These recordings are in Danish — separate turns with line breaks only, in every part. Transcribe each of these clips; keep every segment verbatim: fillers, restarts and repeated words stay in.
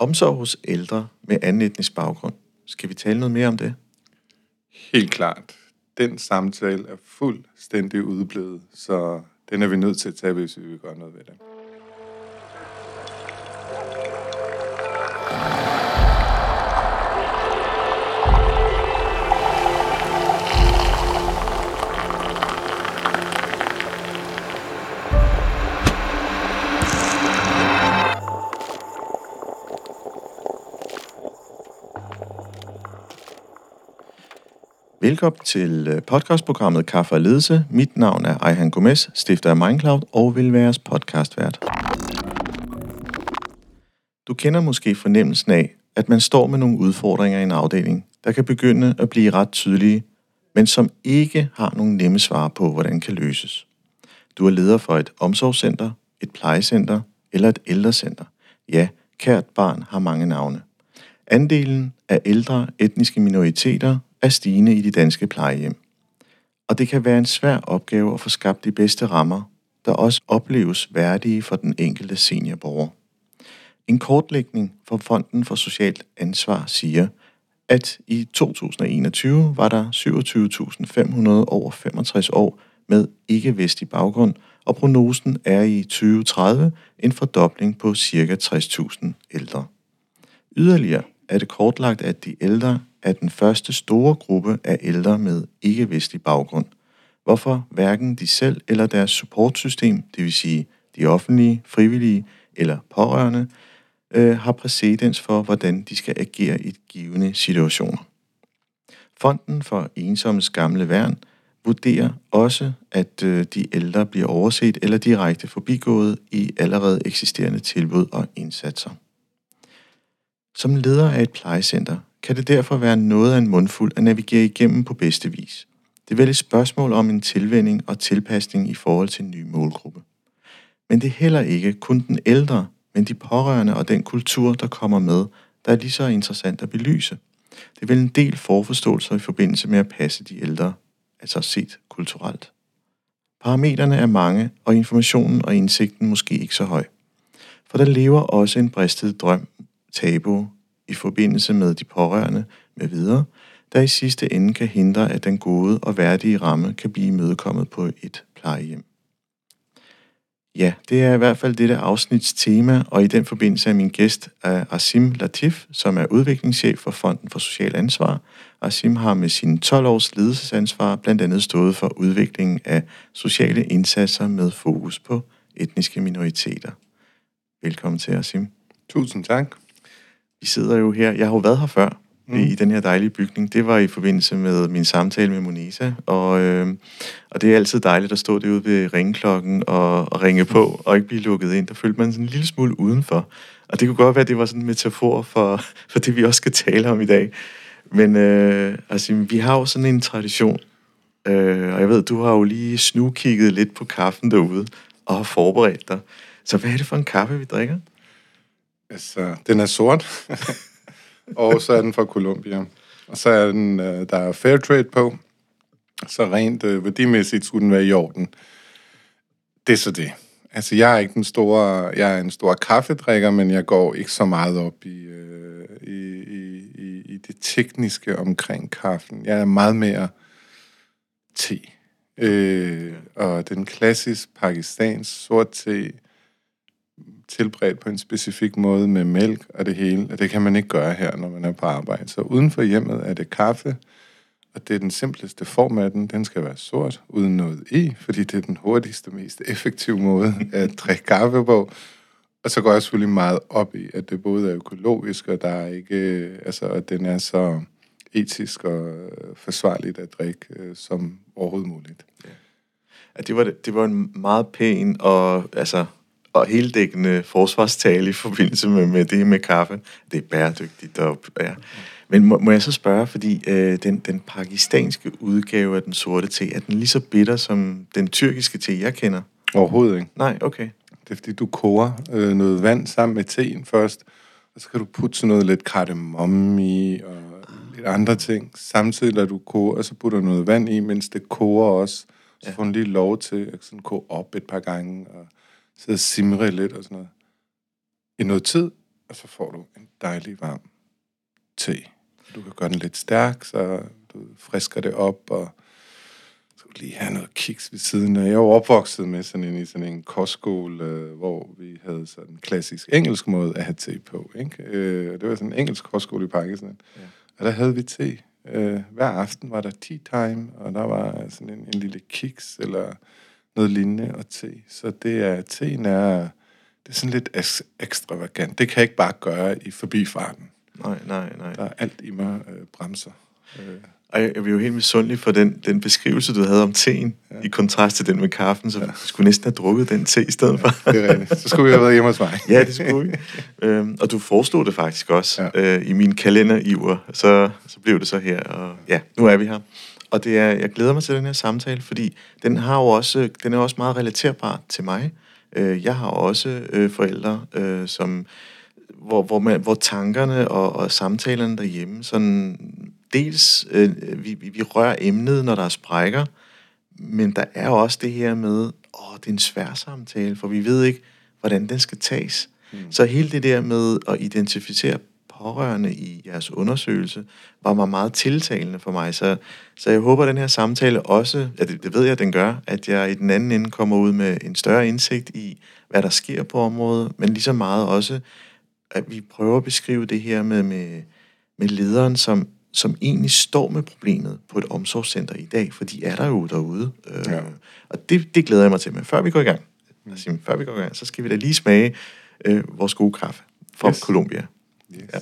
Omsorg hos ældre med anden etnisk baggrund. Skal vi tale noget mere om det?
Helt klart. Den samtale er fuldstændig udeblevet, så den er vi nødt til at tage, hvis vi vil gøre noget ved det.
Velkommen til podcastprogrammet Kaffe og Ledelse. Mit navn er Ayhan Gomez, stifter af Mindcloud og vil være jeres podcastvært. Du kender måske fornemmelsen af, at man står med nogle udfordringer i en afdeling, der kan begynde at blive ret tydelige, men som ikke har nogen nemme svar på, hvordan kan løses. Du er leder for et omsorgscenter, et plejecenter eller et ældrecenter. Ja, kært barn har mange navne. Andelen af ældre etniske minoriteter er stigende i de danske plejehjem. Og det kan være en svær opgave at få skabt de bedste rammer, der også opleves værdige for den enkelte seniorborger. En kortlægning fra Fonden for Socialt Ansvar siger, at i to tusind og enogtyve var der syvogtyve tusind fem hundrede over femogtres år med ikke-vestlig baggrund, og prognosen er i tyve tredive en fordobling på ca. tres tusind ældre. Yderligere er det kortlagt, at de ældre er den første store gruppe af ældre med ikke-vestlig baggrund, hvorfor hverken de selv eller deres supportsystem, det vil sige de offentlige, frivillige eller pårørende, øh, har præcedens for, hvordan de skal agere i givne situationer. Fonden for Ensommes Gamle Værn vurderer også, at øh, de ældre bliver overset eller direkte forbigået i allerede eksisterende tilbud og indsatser. Som leder af et plejecenter kan det derfor være noget af en mundfuld at navigere igennem på bedste vis. Det er vel et spørgsmål om en tilvænning og tilpasning i forhold til en ny målgruppe. Men det er heller ikke kun den ældre, men de pårørende og den kultur, der kommer med, der er lige så interessant at belyse. Det er vel en del forforståelser i forbindelse med at passe de ældre, altså set kulturelt. Parametrene er mange, og informationen og indsigten måske ikke så høj. For der lever også en bristet drøm, tabu, i forbindelse med de pårørende med videre, der i sidste ende kan hindre, at den gode og værdige ramme kan blive imødekommet på et plejehjem. Ja, det er i hvert fald dette afsnits tema, og i den forbindelse er min gæst Asim Latif, som er udviklingschef for Fonden for Socialt Ansvar. Asim har med sine tolv års ledelsesansvar blandt andet stået for udviklingen af sociale indsatser med fokus på etniske minoriteter. Velkommen til, Asim.
Tusind tak.
Vi sidder jo her, jeg har jo været her før, mm. i den her dejlige bygning. Det var i forbindelse med min samtale med Monisa, og, øh, og det er altid dejligt at stå derude ved ringeklokken og, og ringe på, og ikke blive lukket ind. Der følte man sådan en lille smule udenfor. Og det kunne godt være, at det var sådan en metafor for, for det, vi også skal tale om i dag. Men øh, altså, vi har jo sådan en tradition, øh, og jeg ved, du har jo lige snugkigget lidt på kaffen derude, og har forberedt dig. Så hvad er det for en kaffe, vi drikker?
Altså, den er sort, og så er den fra Colombia. Og så er den, der er fair trade på, så rent øh, værdimæssigt skulle den være i orden. Det er så det. Altså, jeg er ikke den store, jeg er en stor kaffedrikker, men jeg går ikke så meget op i, øh, i, i, i det tekniske omkring kaffen. Jeg er meget mere te. Øh, og den klassisk pakistans sort te, tilberedt på en specifik måde med mælk og det hele, og det kan man ikke gøre her, når man er på arbejde. Så uden for hjemmet er det kaffe, og det er den simpleste form af den. Den skal være sort, uden noget i, fordi det er den hurtigste, mest effektive måde at drikke kaffe på. Og så går jeg selvfølgelig meget op i, at det både er økologisk, og der er ikke, altså, at den er så etisk og forsvarligt at drikke som overhovedet muligt.
Ja. Ja, det var det var en meget pæn og altså og heldækkende forsvarstale i forbindelse med, med det med kaffe. Det er bæredygtigt. Og, ja. Men må, må jeg så spørge, fordi øh, den, den pakistanske udgave af den sorte te, er den lige så bitter som den tyrkiske te, jeg kender?
Overhovedet ikke.
Nej, okay.
Det er fordi, du koger øh, noget vand sammen med teen først, og så kan du putte sådan noget lidt kardemomme i, og lidt andre ting. Samtidig, når du koger, og så putter du noget vand i, mens det koger også. Så ja. Får du lige lov til at sådan koge op et par gange, og sidde og simre lidt og sådan noget. I noget tid, og så får du en dejlig varm te. Du kan gøre den lidt stærk, så du frisker det op, og så kan du lige have noget kiks ved siden af. Jeg var opvokset med sådan en, i sådan en kostskole, øh, hvor vi havde sådan en klassisk engelsk måde at have te på. Ikke? Øh, det var sådan en engelsk kostskole i Pakistan. Ja. Og der havde vi te. Øh, hver aften var der tea time, og der var sådan en, en lille kiks, eller noget lignende, og te. Så det er, teen er, det er sådan lidt ekstravagant. Det kan jeg ikke bare gøre i forbifarten.
Nej, nej, nej.
Der er alt i mig øh, bremser. Øh.
Og jeg, jeg vil jo helt misundelig for den, den beskrivelse, du havde om teen, ja. I kontrast til den med kaffen, så ja. Du skulle næsten have drukket den te i stedet ja, for.
Det er rigtigt. Så skulle vi have været hjemme hos mig.
Ja, det skulle vi. øhm, og du forestod det faktisk også ja. øh, i min kalenderiver, så, så blev det så her, og ja, nu er vi her. Og det er, jeg glæder mig til den her samtale, fordi den har jo også, den er også meget relaterbar til mig. Øh, jeg har også øh, forældre, øh, som, hvor, hvor, man, hvor tankerne og, og samtalerne derhjemme sådan dels, øh, vi, vi rører emnet, når der er sprækker, men der er også det her med, åh, det er en svær samtale, for vi ved ikke, hvordan den skal tages. Mm. Så hele det der med at identificere pårørende i jeres undersøgelse, var mig meget tiltalende for mig. Så, så jeg håber, at den her samtale også, ja, det, det ved jeg, at den gør, at jeg i den anden ende kommer ud med en større indsigt i, hvad der sker på området, men lige så meget også, at vi prøver at beskrive det her med, med, med lederen, som som egentlig står med problemet på et omsorgscenter i dag, for de er der jo derude. Ja. Øh, og det, det glæder jeg mig til. Men før vi går i gang, altså, før vi går i gang, så skal vi da lige smage øh, vores gode kaffe fra yes. Colombia. Yes. Ja.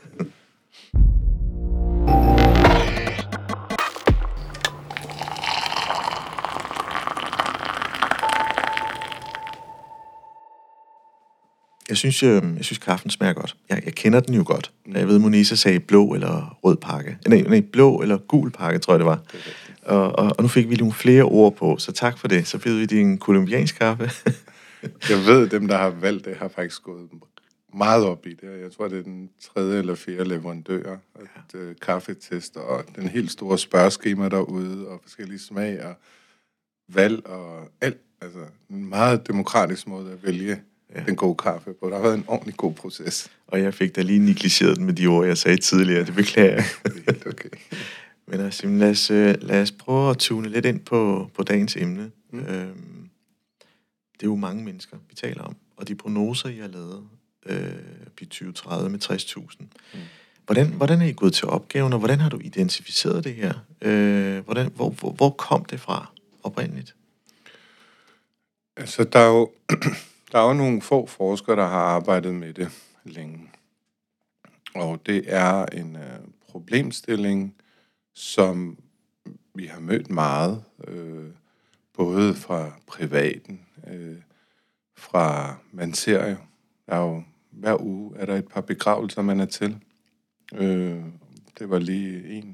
Jeg synes, jeg, jeg synes, kaffen smager godt. Jeg, jeg kender den jo godt. Jeg ved, Monisa sagde blå eller rød pakke. Nej, nej, blå eller gul pakke, tror jeg, det var. Det og, og, og nu fik vi nogle flere ord på, så tak for det. Så fik vi din kolumbiansk kaffe.
Jeg ved, dem, der har valgt det, har faktisk gået meget op i det. Jeg tror, det er den tredje eller fjerde leverandør, at uh, kaffetester og den helt store spørgeskema derude, og forskellige smag og valg og alt. Altså, en meget demokratisk måde at vælge ja. Den gode kaffe på. Der har været en ordentlig god proces.
Og jeg fik da lige negligeret den med de ord, jeg sagde tidligere. Det beklager jeg.
Det er helt okay.
Men altså, lad os, lad os prøve at tune lidt ind på, på dagens emne. Mm. Øhm, det er jo mange mennesker, vi taler om. Og de prognoser, I har lavet øh, i tyve tredive med tres tusind. Mm. Hvordan, hvordan er I gået til opgaven, og hvordan har du identificeret det her? Øh, hvordan, hvor, hvor, hvor kom det fra oprindeligt?
Altså, der er jo... Der er jo nogle få forskere, der har arbejdet med det længe. Og det er en øh, problemstilling, som vi har mødt meget, øh, både fra privaten, øh, fra man ser jo, der er jo hver uge er der et par begravelser, man er til. Øh, det var lige en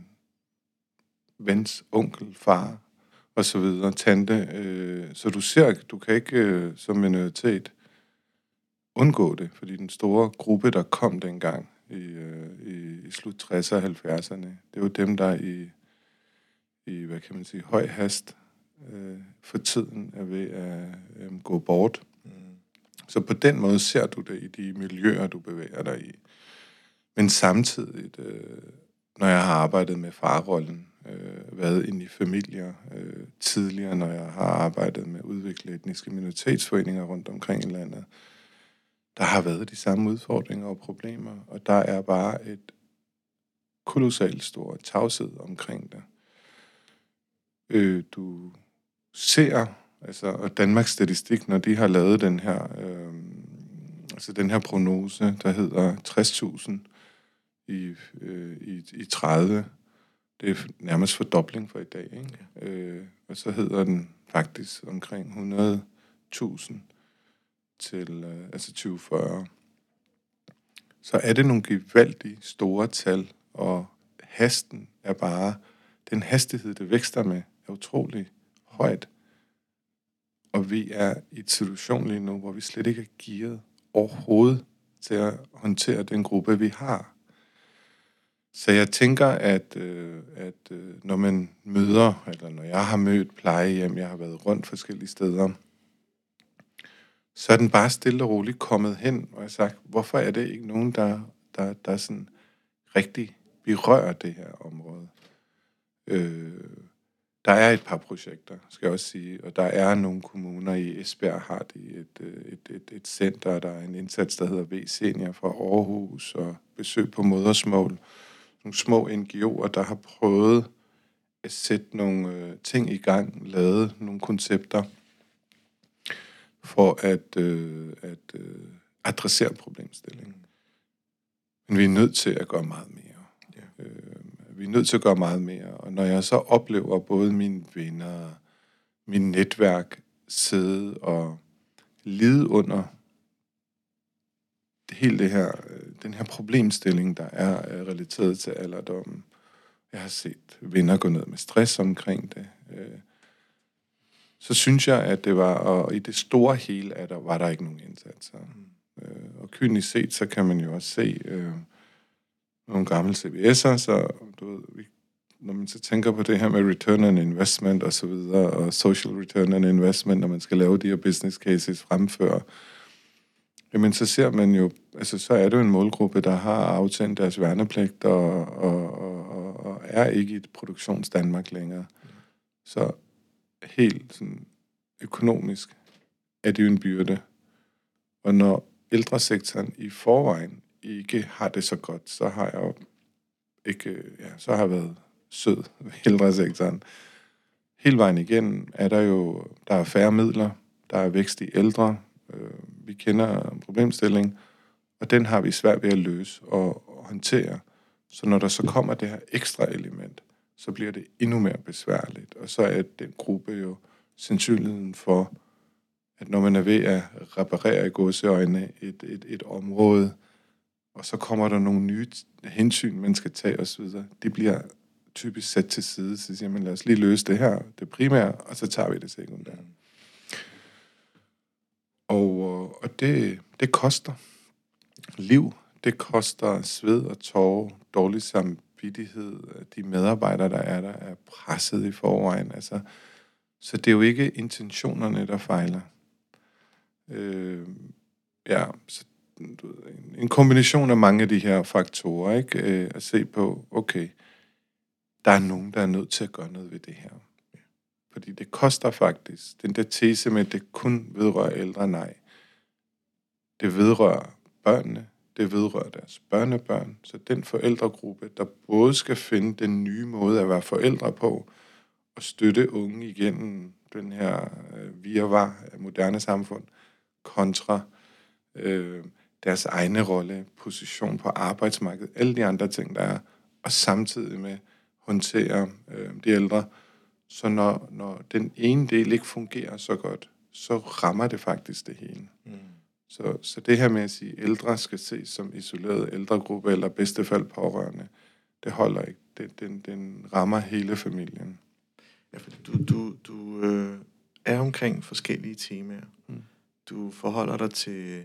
vens onkel, far, og så videre, tante. Øh, så du ser, du kan ikke øh, som minoritet undgå det, fordi den store gruppe, der kom dengang i, øh, i, i slut tresserne og halvfjerdserne, det var dem, der i, i hvad kan man sige, høj hast øh, for tiden er ved at øh, gå bort. Mm. Så på den måde ser du det i de miljøer, du bevæger dig i. Men samtidig, øh, når jeg har arbejdet med farrollen, øh, været inde i familier øh, tidligere, når jeg har arbejdet med at udvikle etniske minoritetsforeninger rundt omkring i landet, der har været de samme udfordringer og problemer, og der er bare et kolossalt stor tavshed omkring det. Øh, du ser, altså, og Danmarks Statistik, når de har lavet den her, øh, altså den her prognose, der hedder tres tusind i, øh, i, i tredive, det er nærmest fordobling for i dag, ikke? Ja. Øh, og så hedder den faktisk omkring hundrede tusind til øh, altså tyve fyrre. Så er det nogle gevaldige store tal, og hasten er bare, den hastighed, det vækster med, er utrolig højt. Og vi er i et situation lige nu, hvor vi slet ikke er gearet overhovedet til at håndtere den gruppe, vi har. Så jeg tænker, at, øh, at øh, når man møder, eller når jeg har mødt plejehjem, jeg har været rundt forskellige steder, så er den bare stille og roligt kommet hen, og jeg har sagt, hvorfor er det ikke nogen, der, der, der sådan rigtig berører det her område? Øh, der er et par projekter, skal jeg også sige, og der er nogle kommuner i Esbjerg, har de et, et, et, et center, der er en indsats, der hedder V-Senior fra Aarhus, og besøg på modersmål. Nogle små N G O'er, der har prøvet at sætte nogle øh, ting i gang, lavet nogle koncepter, for at, øh, at øh, adressere problemstillingen. Men vi er nødt til at gøre meget mere. Ja. Øh, vi er nødt til at gøre meget mere. Og når jeg så oplever både mine venner, min netværk sidde og lide under hele det her, den her problemstilling, der er relateret til alderdommen. Jeg har set venner gå ned med stress omkring det. Så synes jeg, at det var, og i det store hele, at der var der ikke nogen indsatser. Mm. Og kynisk set, så kan man jo også se øh, nogle gamle C B S'er, så du ved, når man så tænker på det her med return on investment og så videre, og social return on investment, når man skal lave de her business cases fremføre, jamen så ser man jo, altså så er det jo en målgruppe, der har aftjent deres værnepligt og, og, og, og er ikke i et produktionsdanmark længere. Mm. Så helt sådan økonomisk er det jo en byrde. Og når ældresektoren i forvejen ikke har det så godt, så har jeg jo ikke, ja, så har jeg været sød ved ældresektoren. Hele vejen igennem er der jo, der er færre midler, der er vækst i ældre, øh, vi kender en problemstilling, og den har vi svært ved at løse og, og håndtere. Så når der så kommer det her ekstra element, så bliver det endnu mere besværligt. Og så er den gruppe jo sandsynligheden for, at når man er ved at reparere i gåseøjne et, et, et område, og så kommer der nogle nye hensyn, man skal tage osv., det bliver typisk sat til side, så siger man, lad os lige løse det her, det primære, og så tager vi det sekundære. Og, og det, det koster liv, det koster sved og tårer, dårlig samvittighed, de medarbejdere, der er der, er presset i forvejen. Altså, så det er jo ikke intentionerne, der fejler. Øh, ja, så, du ved, en, en kombination af mange af de her faktorer, ikke? Øh, at se på, okay, der er nogen, der er nødt til at gøre noget ved det her. Fordi det koster faktisk. Den der tese med, at det kun vedrører ældre, nej. Det vedrører børnene, det vedrører deres børnebørn. Så den forældregruppe, der både skal finde den nye måde at være forældre på, og støtte unge igennem den her øh, virvar af moderne samfund, kontra øh, deres egne rolle, position på arbejdsmarkedet, alle de andre ting, der er, og samtidig med håndtere øh, de ældre. Så når, når den ene del ikke fungerer så godt, så rammer det faktisk det hele. Mm. Så, så det her med at sige, at ældre skal ses som isoleret ældregruppe, eller bedste fald pårørende, det holder ikke. Det, den, den rammer hele familien.
Ja, fordi du, du, du øh, er omkring forskellige temaer. Mm. Du forholder dig til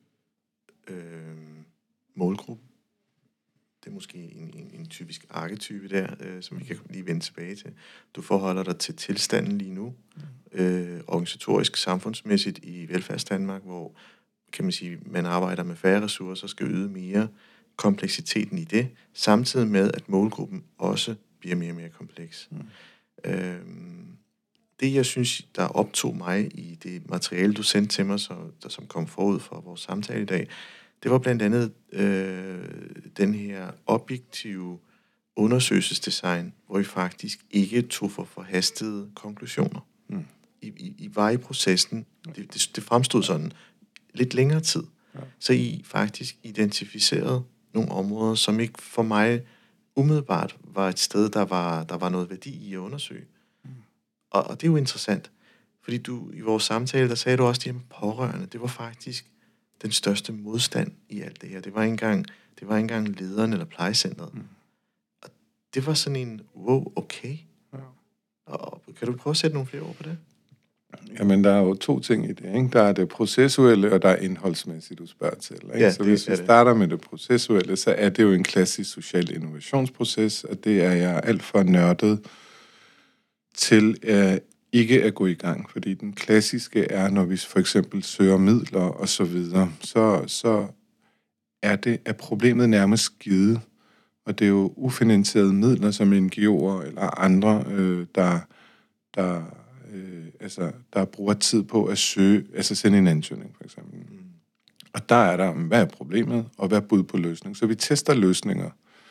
øh, målgruppen. Det er måske en, en, en typisk arketype der, øh, som vi kan lige vende tilbage til. Du forholder dig til tilstanden lige nu, mm. øh, organisatorisk, samfundsmæssigt i velfærdsdanmark, hvor kan man sige, man arbejder med færre ressourcer, skal yde mere, kompleksiteten i det, samtidig med, at målgruppen også bliver mere og mere kompleks. Mm. Øh, det, jeg synes, der optog mig i det materiale, du sendte til mig, så, der, som kom forud for vores samtale i dag, det var blandt andet øh, den her objektive undersøgelsesdesign, hvor I faktisk ikke tog for forhastede konklusioner. Mm. I, I, I var i processen, det, det, det fremstod sådan, lidt længere tid. Ja. Så I faktisk identificerede nogle områder, som ikke for mig umiddelbart var et sted, der var, der var noget værdi i at undersøge. Mm. Og, og det er jo interessant, fordi du i vores samtale, der sagde du også, det her med pårørende, det var faktisk den største modstand i alt det her. Det var ikke engang, det var ikke engang lederen eller plejecentret. Mm. Og det var sådan en, wow, okay. Ja. Og kan du prøve at sætte nogle flere ord på det?
Jamen, der er jo to ting i det, ikke? Der er det processuelle, og der er indholdsmæssigt, du spørger til. Ikke?
Ja,
så hvis vi starter med det processuelle, så er det jo en klassisk social innovationsproces, og det er jeg alt for nørdet til uh, ikke at gå i gang, fordi den klassiske er, når vi for eksempel søger midler og så videre, så, så er det, at problemet nærmest givet, og det er jo ufinansierede midler, som N G O'er eller andre, øh, der, der, øh, altså, der bruger tid på at søge, altså sende en ansøgning for eksempel. Mm. Og der er der, hvad er problemet, og hvad er bud på løsning. Så vi tester løsninger,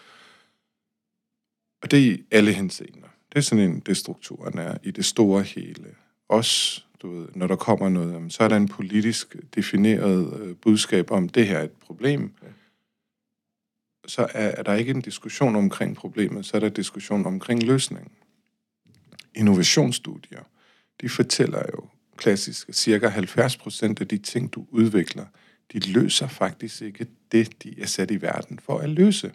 og det er i alle henseender. Det er sådan en, det strukturen er i det store hele. Også, du ved, når der kommer noget, så er der en politisk defineret øh, budskab om, det her er et problem. Ja. Så er, er der ikke en diskussion omkring problemet, så er der diskussion omkring løsningen. Innovationsstudier, de fortæller jo klassisk, at cirka halvfjerds procent af de ting, du udvikler, de løser faktisk ikke det, de er sat i verden for at løse.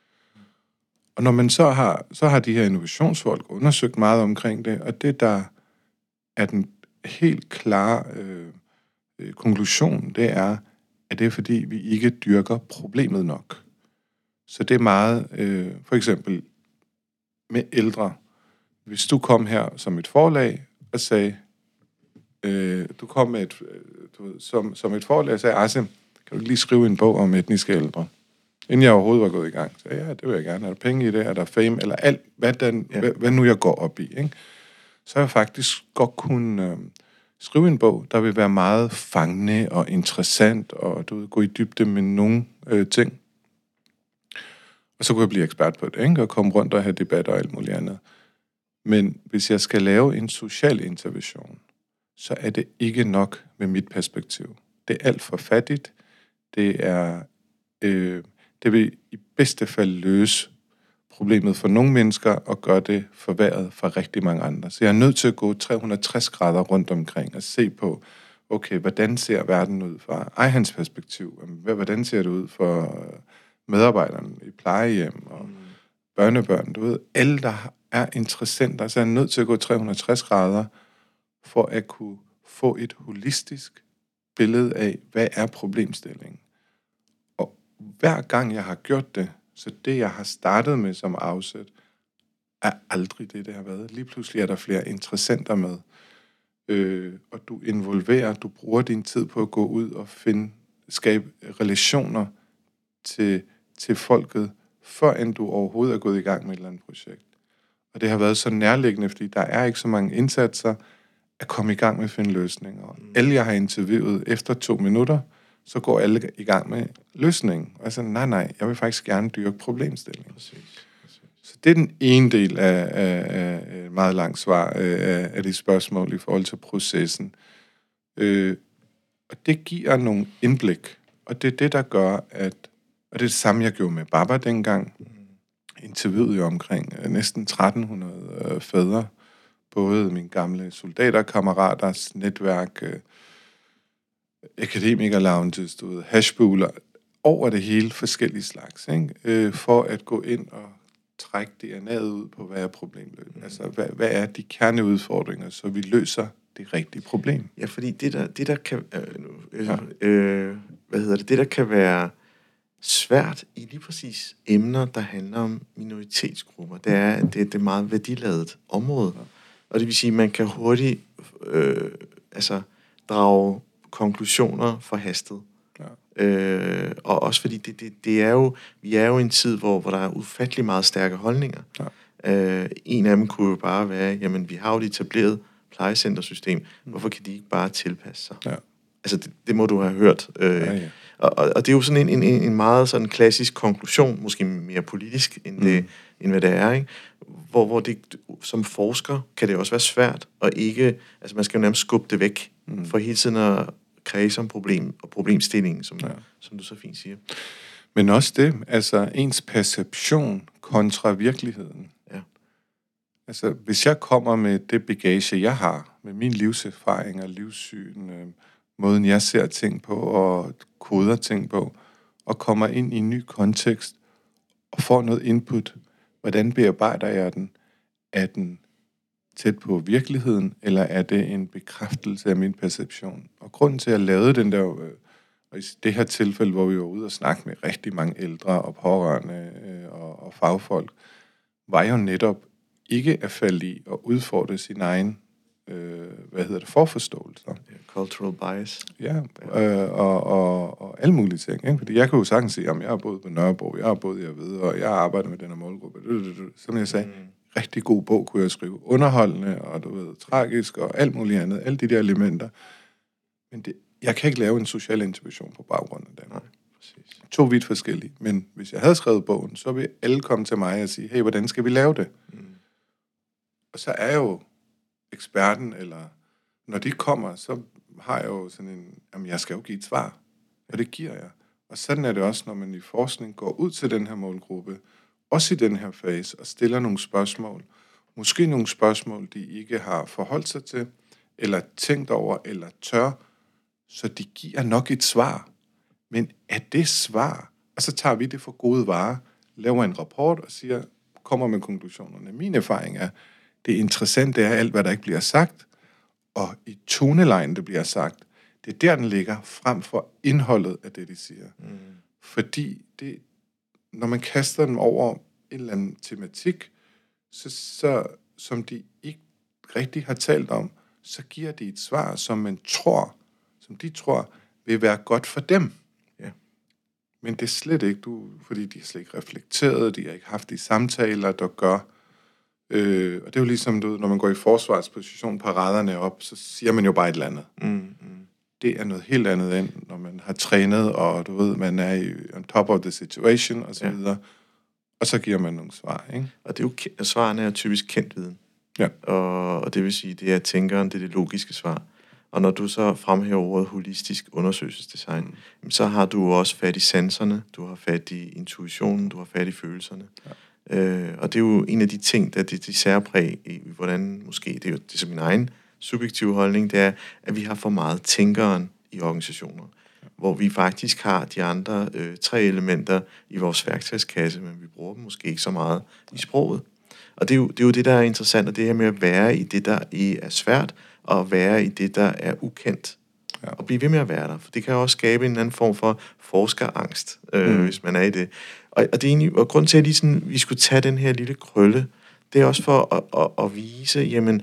Og når man så har, så har de her innovationsfolk undersøgt meget omkring det, og det, der er den helt klare øh, øh, konklusion, det er, at det er fordi, vi ikke dyrker problemet nok. Så det er meget, øh, for eksempel med ældre. Hvis du kom her som et forlag og sagde, øh, du kom med et, du ved, som, som et forlag og sagde, Asim, kan du ikke lige skrive en bog om etniske ældre? Inden jeg overhovedet var gået i gang. Så ja, det vil jeg gerne. Er der penge i det? Er der fame? Eller alt, hvad, den, ja. hvad, hvad nu jeg går op i, ikke? Så har jeg faktisk godt kunne øh, skrive en bog, der vil være meget fangende og interessant, og du ved, gå i dybde med nogle øh, ting. Og så kunne jeg blive ekspert på det, ikke? Og komme rundt og have debatter og alt muligt andet. Men hvis jeg skal lave en social intervention, så er det ikke nok med mit perspektiv. Det er alt for fattigt. Det er... Øh, det vil i bedste fald løse problemet for nogle mennesker og gøre det forværret for rigtig mange andre. Så jeg er nødt til at gå tre hundrede og tres grader rundt omkring og se på, okay, hvordan ser verden ud fra Ejhans perspektiv? Hvordan ser det ud for medarbejderne i plejehjem og børnebørn? Du ved, alle, der er interessenter, så er jeg nødt til at gå tre hundrede og tres grader for at kunne få et holistisk billede af, hvad er problemstillingen. Hver gang jeg har gjort det, så det, jeg har startet med som afsæt, er aldrig det, det har været. Lige pludselig er der flere interessenter med. Øh, og du involverer, du bruger din tid på at gå ud og finde, skabe relationer til, til folket, før end du overhovedet er gået i gang med et eller andet projekt. Og det har været så nærliggende, fordi der er ikke så mange indsatser at komme i gang med at finde løsninger. Mm. Alle, jeg har interviewet efter to minutter, så går alle i gang med løsningen. Og jeg siger, nej, nej, jeg vil faktisk gerne dyrke problemstillingen. Præcis, præcis. Så det er den ene del af, af, af meget langt svar af, af de spørgsmål i forhold til processen. Øh, og det giver nogle indblik. Og det er det, der gør, at... Og det er det samme, jeg gjorde med Baba dengang. Mm. Interviewede jo omkring næsten tretten hundrede øh, fædre. Både mine gamle soldaterkammeraters netværk... Øh, akademiker-lounges, du ved, hashbuler, over det hele forskellige slags, ikke? Øh, for at gå ind og trække D N A'et ud på, hvad er problemet. Mm. Altså, hvad, hvad er de kerneudfordringer, så vi løser det rigtige problem.
Ja, fordi det der, det der kan, øh, ja. øh, hvad hedder det, det der kan være svært i lige præcis emner, der handler om minoritetsgrupper, det er, at det, det er meget værdiladet område. Ja. Og det vil sige, at man kan hurtigt øh, altså, drage konklusioner forhastet. Ja. Øh, og også fordi det, det, det er jo, vi er jo i en tid, hvor, hvor der er ufattelig meget stærke holdninger. Ja. Øh, en af dem kunne jo bare være, jamen vi har jo et etableret plejecentersystem, mm. hvorfor kan de ikke bare tilpasse sig? Ja. Altså det, det må du have hørt. Øh, ja, ja. Og, og det er jo sådan en, en, en meget sådan klassisk konklusion, måske mere politisk, end, mm. det, end hvad det er, ikke? Hvor, hvor det, som forsker kan det også være svært, og ikke, altså man skal jo nærmest skubbe det væk, mm. for hele tiden at kredse om problem og problemstillingen, som, ja. som du så fint siger.
Men også det, altså ens perception kontra virkeligheden. Ja. Altså hvis jeg kommer med det bagage, jeg har, med min livserfaring og livssyn, øh, måden jeg ser ting på og koder ting på, og kommer ind i en ny kontekst og får noget input, hvordan bearbejder jeg den? Er den tæt på virkeligheden, eller er det en bekræftelse af min perception? Og grunden til, at jeg lavede den der, og i det her tilfælde, hvor vi var ude og snakke med rigtig mange ældre og pårørende og, og fagfolk, var jo netop ikke at falde i og udfordre sin egen øh, hvad hedder det, forforståelser.
Cultural bias.
Ja, øh, og, og, og alle mulige ting. Ikke? Fordi jeg kan jo sagtens sige, at jeg har boet på Nørrebro, jeg har boet i Avede, og jeg har arbejdet med den her målgruppe. Som jeg sagde, mm. rigtig god bog kunne jeg skrive. Underholdende, og du ved, tragisk, og alt muligt andet. Alle de der elementer. Men det, jeg kan ikke lave en social intervention på baggrund af det.
Nej, præcis.
To vidt forskellige. Men hvis jeg havde skrevet bogen, så ville alle komme til mig og sige, hey, hvordan skal vi lave det? Mm. Og så er jo eksperten, eller når de kommer, så har jeg jo sådan en, jamen jeg skal jo give et svar, og det giver jeg. Og sådan er det også, når man i forskning går ud til den her målgruppe, også i den her fase, og stiller nogle spørgsmål. Måske nogle spørgsmål, de ikke har forholdt sig til, eller tænkt over, eller tør, så de giver nok et svar. Men er det svar? Og så tager vi det for gode varer, laver en rapport og siger, kommer med konklusionerne. Min erfaring er, det interessante er alt, hvad der ikke bliver sagt, og i tonelejen, det bliver sagt, det er der, den ligger, frem for indholdet af det, de siger. Mm. Fordi det, når man kaster dem over en eller anden tematik, så, så, som de ikke rigtig har talt om, så giver de et svar, som man tror, som de tror, vil være godt for dem. Ja. Men det er slet ikke, du, fordi de har slet ikke reflekteret, de har ikke haft de samtaler, der gør. Øh, og det er jo ligesom, du, når man går i forsvarsposition, paraderne op, så siger man jo bare et eller andet. Mm, mm. Det er noget helt andet end, når man har trænet, og du ved, man er i on top of the situation, og så ja. videre. Og så giver man nogle svar, ikke?
Og det er jo, svarene er typisk kendt viden.
Ja.
Og, og det vil sige, det er tænkeren, det er det logiske svar. Og når du så fremhæver ordet holistisk undersøgelsesdesign, mm. så har du også fat i sanserne, du har fat i intuitionen, du har fat i følelserne. Ja. Øh, og det er jo en af de ting, der det de særpræg i, hvordan måske, det er jo det er som min egen subjektive holdning, det er, at vi har for meget tænkeren i organisationer, ja. hvor vi faktisk har de andre øh, tre elementer i vores værktøjskasse, men vi bruger dem måske ikke så meget i sproget. Og det er jo det, er jo det der er interessant, og det her med at være i det, der er svært, og være i det, der er ukendt. Ja. Og blive ved med at være der, for det kan også skabe en anden form for forskerangst, øh, mm. hvis man er i det. Og, og det er egentlig, og grund til, at lige sådan, vi skulle tage den her lille krølle, det er også for at, at, at vise, jamen,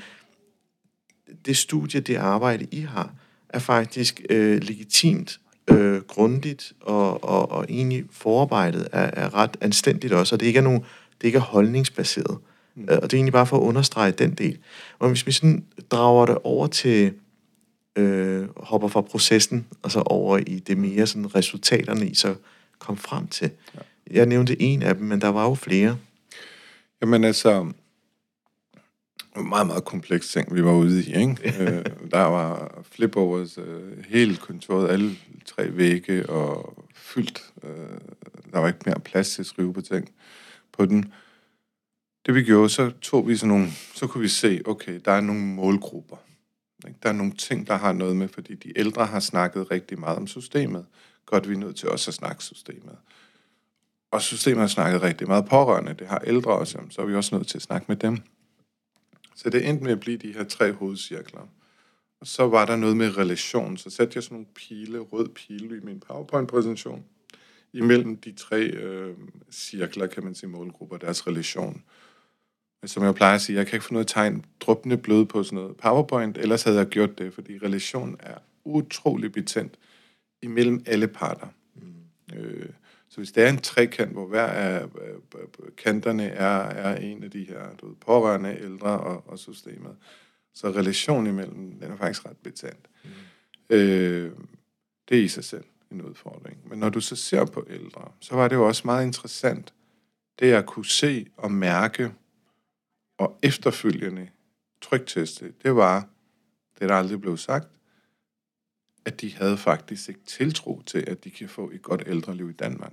det studie, det arbejde, I har, er faktisk øh, legitimt, øh, grundigt og, og, og egentlig forarbejdet er, er ret anstændigt også, og det ikke er, nogen, det ikke er holdningsbaseret. Mm. Og det er egentlig bare for at understrege den del. Og hvis vi sådan drager det over til, øh, hopper fra processen, og så over i det mere sådan resultaterne, I så kom frem til. Ja. Jeg nævnte en af dem, men der var jo flere.
Jamen altså, meget, meget kompleks ting, vi var ude i, ikke? øh, der var flipovers, øh, hele kontoret, alle tre vægge, og fyldt. Øh, der var ikke mere plads til at skrive på ting på den. Det vi gjorde, så tog vi sådan nogle, så kunne vi se, okay, der er nogle målgrupper. Ikke? Der er nogle ting, der har noget med, fordi de ældre har snakket rigtig meget om systemet. Godt, vi er nødt til også at snakke systemet. Og systemet har snakket rigtig meget pårørende, det har ældre også, så er vi også nødt til at snakke med dem. Så det endte med at blive de her tre hovedcirkler. Og så var der noget med relation, så satte jeg sådan nogle pile, rød pile i min PowerPoint-præsentation, imellem de tre øh, cirkler, kan man sige, målgrupper, deres relation. Men som jeg plejer at sige, jeg kan ikke få noget tegn dryppende blød på sådan noget PowerPoint, ellers havde jeg gjort det, fordi relation er utrolig betændt imellem alle parter. Mm. Øh, så hvis det er en trekant, hvor hver af kanterne er, er en af de her du ved, pårørende, ældre og, og systemet, så relationen imellem, den er faktisk ret betændt. Mm. Øh, det er i sig selv en udfordring. Men når du så ser på ældre, så var det jo også meget interessant, det jeg kunne se og mærke, og efterfølgende trykteste, det var, det der aldrig blev sagt, at de havde faktisk ikke tiltro til, at de kan få et godt ældreliv i Danmark.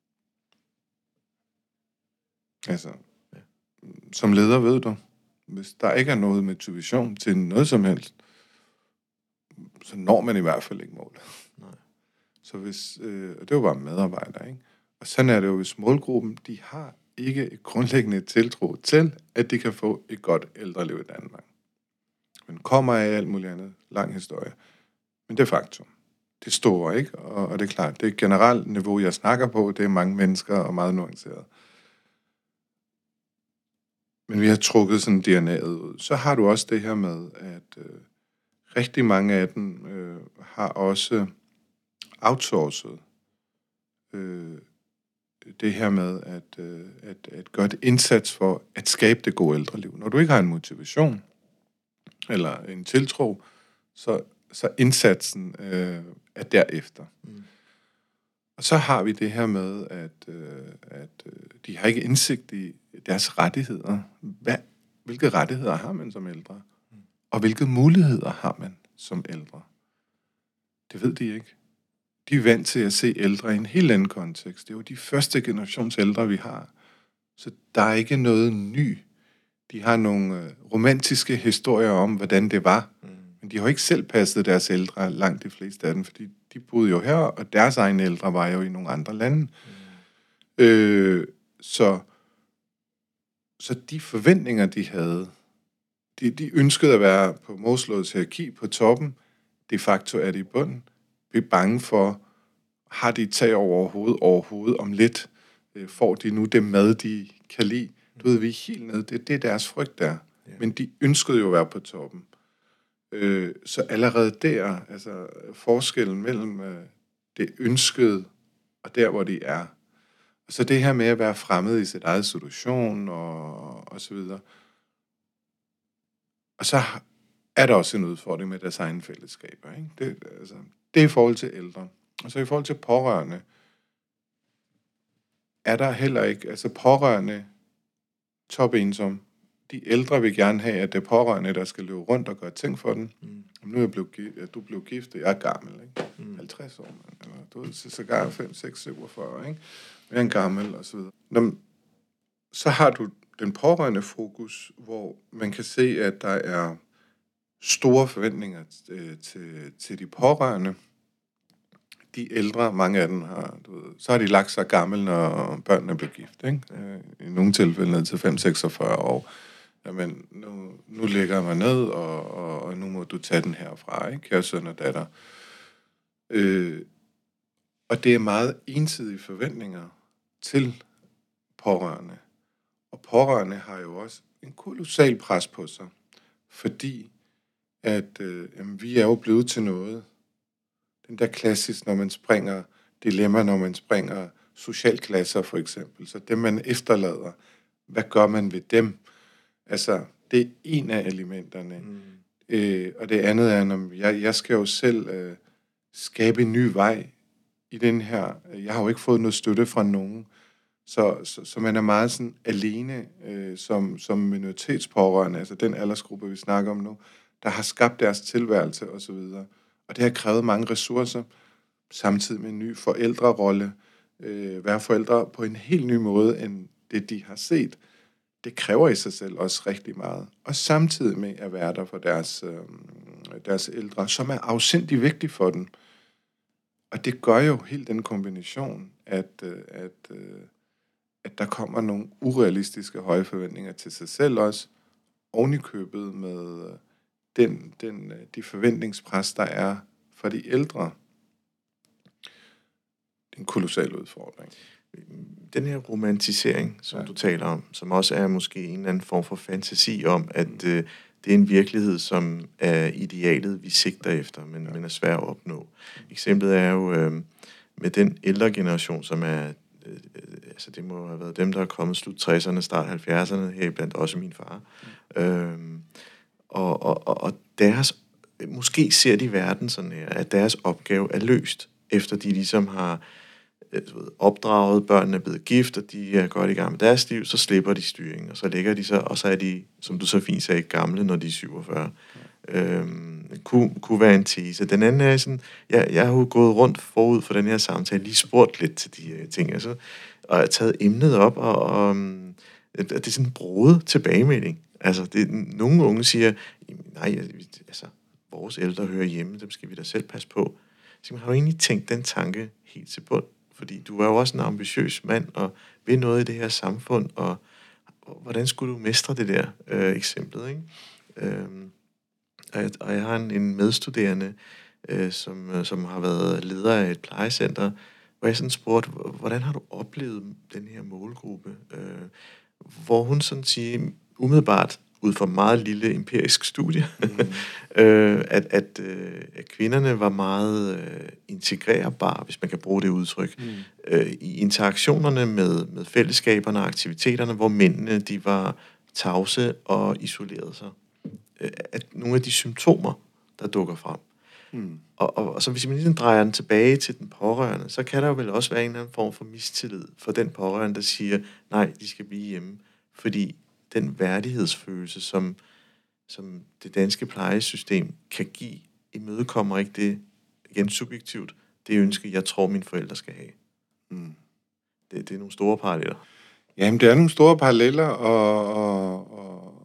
Altså, ja. Som leder ved du, hvis der ikke er noget motivation til noget som helst, så når man i hvert fald ikke målet. Nej. Så hvis, øh, det var bare medarbejdere, ikke? Og sådan er det jo, hvis målgruppen, de har ikke et grundlæggende tiltro til, at de kan få et godt ældreliv i Danmark. Men kommer af alt muligt andet, lang historie. Men det er faktum. Det er store, ikke? Og, og det er klart, det er et generelt niveau, jeg snakker på, det er mange mennesker og meget nuanceret. men vi har trukket sådan D N A'et ud. Så har du også det her med, at øh, rigtig mange af dem øh, har også outsourcet øh, det her med at, øh, at, at gøre et indsats for at skabe det gode ældreliv. Når du ikke har en motivation eller en tiltro, så, så indsatsen øh, er derefter. Mm. Og så har vi det her med, at, øh, at øh, de har ikke indsigt i deres rettigheder. Hvad, hvilke rettigheder har man som ældre? Mm. Og hvilke muligheder har man som ældre? Det ved de ikke. De er vant til at se ældre i en helt anden kontekst. Det er jo de første generations ældre, vi har. Så der er ikke noget ny. De har nogle øh, romantiske historier om, hvordan det var. Mm. Men de har ikke selv passet deres ældre, langt de fleste af dem, fordi de boede jo her, og deres egne ældre var jo i nogle andre lande. Mm. Øh, så, så de forventninger, de havde, de, de ønskede at være på Maslow's hierarki på toppen. De facto er de i bunden. Vi er bange for, har de tag over hovedet overhovedet om lidt? Øh, får de nu det mad, de kan lide? Du ved, vi er helt nede. Det, det er deres frygt der. Yeah. Men de ønskede jo at være på toppen. Øh, så allerede der, altså forskellen mellem øh, det ønskede og der, hvor de er. Og så det her med at være fremmed i sit eget situation og, og så videre. Og så er der også en udfordring med deres egne fællesskaber. Ikke? Det, altså, det er i forhold til ældre. Og så i forhold til pårørende, er der heller ikke, altså pårørende, top ensom. De ældre vil gerne have, at det er pårørende, der skal løbe rundt og gøre ting for den. Mm. Nu er jeg blevet gift, ja, du blev gift, jeg er gammel, ikke? Mm. halvtreds år, eller du ved, så sågar fem, seks, syvogfyrre, ikke? Jeg er en gammel, og så videre. Når, så har du den pårørende fokus, hvor man kan se, at der er store forventninger øh, til, til de pårørende. De ældre, mange af dem har, du ved, så har de lagt sig gammel, når børnene bliver gift, ikke? I nogle tilfælde ned til fem seksogfyrre år. Jamen, nu, nu lægger jeg mig ned, og, og, og nu må du tage den herfra, ikke? Kære søn og datter. Øh, og det er meget ensidige forventninger til pårørende. Og pårørende har jo også en kolossal pres på sig, fordi at øh, jamen, vi er jo blevet til noget. Den der klassisk, når man springer dilemma, når man springer socialklasser for eksempel, så dem man efterlader, hvad gør man ved dem? Altså, det er en af elementerne. Mm. Øh, og det andet er, når jeg, jeg skal jo selv øh, skabe en ny vej i den her. Jeg har jo ikke fået noget støtte fra nogen. Så, så, så man er meget sådan alene øh, som, som minoritetspårørende, altså den aldersgruppe, vi snakker om nu, der har skabt deres tilværelse osv. Og det har krævet mange ressourcer, samtidig med en ny forældrerolle. Øh, være forældre på en helt ny måde, end det de har set. Det kræver i sig selv også rigtig meget. Og samtidig med at være der for deres, øh, deres ældre, som er afsindig vigtige for dem. Og det gør jo helt den kombination, at, øh, at, øh, at der kommer nogle urealistiske høje forventninger til sig selv også, oven i købet med øh, den, den, de forventningspres, der er for de ældre. Det er en kolossal udfordring.
Den her romantisering, som ja. du taler om, som også er måske en eller anden form for fantasi om, at mm. øh, det er en virkelighed, som er idealet, vi sigter efter, men, ja. men er svært at opnå. Eksemplet er jo øh, med den ældre generation, som er, øh, altså det må have været dem, der er kommet slut tresserne, start halvfjerdserne, her blandt også min far. Mm. Øh, og, og, og deres, måske ser de verden sådan her, at deres opgave er løst, efter de ligesom har opdraget, børnene er blevet gift, og de er godt i gang med deres liv, så slipper de styringen, og så lægger de sig, og så er de, som du så fint sagde, gamle, når de er syvogfyrre. Ja. Øhm, kunne, kunne være en tese. Den anden er sådan, jeg, jeg har jo gået rundt forud for den her samtale, lige spurgt lidt til de uh, ting, altså, og jeg har taget emnet op, og, og um, det er sådan en broget tilbagemelding. Altså, det, nogle unge siger, nej, altså, vores ældre hører hjemme, dem skal vi da selv passe på. Så har du egentlig tænkt den tanke helt til bund? Fordi du er jo også en ambitiøs mand, og vil noget i det her samfund, og, og hvordan skulle du mestre det der øh, eksemplet, ikke? Øhm, og, jeg, og jeg har en, en medstuderende, øh, som, som har været leder af et plejecenter, hvor jeg sådan spurgte, hvordan har du oplevet den her målgruppe? Øh, hvor hun sådan siger, umiddelbart ud fra meget lille empirisk studie, mm. øh, at, at, øh, at kvinderne var meget øh, integrerbare, hvis man kan bruge det udtryk, mm. øh, i interaktionerne med, med fællesskaberne og aktiviteterne, hvor mændene de var tavse og isolerede sig. Øh, at nogle af de symptomer, der dukker frem. Mm. Og, og, og så hvis man ligesom drejer den tilbage til den pårørende, så kan der jo vel også være en eller anden form for mistillid for den pårørende, der siger, nej, de skal blive hjemme. Fordi den værdighedsfølelse, som, som det danske plejesystem kan give, imødekommer ikke det, igen subjektivt, det ønske, jeg tror, mine forældre skal have. Mm. Det, det er nogle store paralleller.
Jamen, det er nogle store paralleller, og, og, og,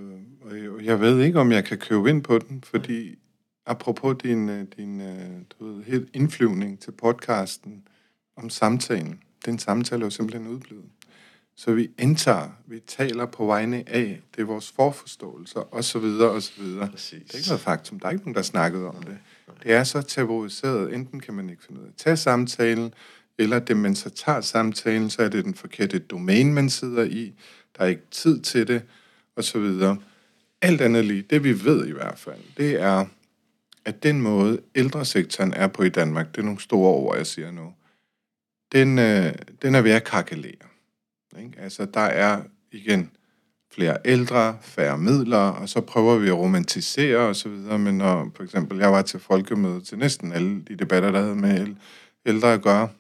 og jeg ved ikke, om jeg kan købe ind på den, fordi apropos din, din du ved, helt indflyvning til podcasten om samtalen, den samtale er jo simpelthen udblevet. Så vi indtager, vi taler på vegne af, det er vores forforståelser, og så videre, og så videre. Præcis. Det er ikke noget faktum, der er ikke nogen, der snakkede om det. Det er så tabuiseret, enten kan man ikke finde ud af at tage samtalen, eller det, man så tager samtalen, så er det den forkerte domæne, man sidder i, der er ikke tid til det, og så videre. Alt andet lige, det vi ved i hvert fald, det er, at den måde, ældresektoren er på i Danmark, det er nogle store ord, jeg siger nu, den, øh, den er ved at kakkelere. Ikke? Altså, der er igen flere ældre, færre midler, og så prøver vi at romantisere og så videre, men når for eksempel jeg var til folkemøde til næsten alle de debatter, der havde med ældre at gøre,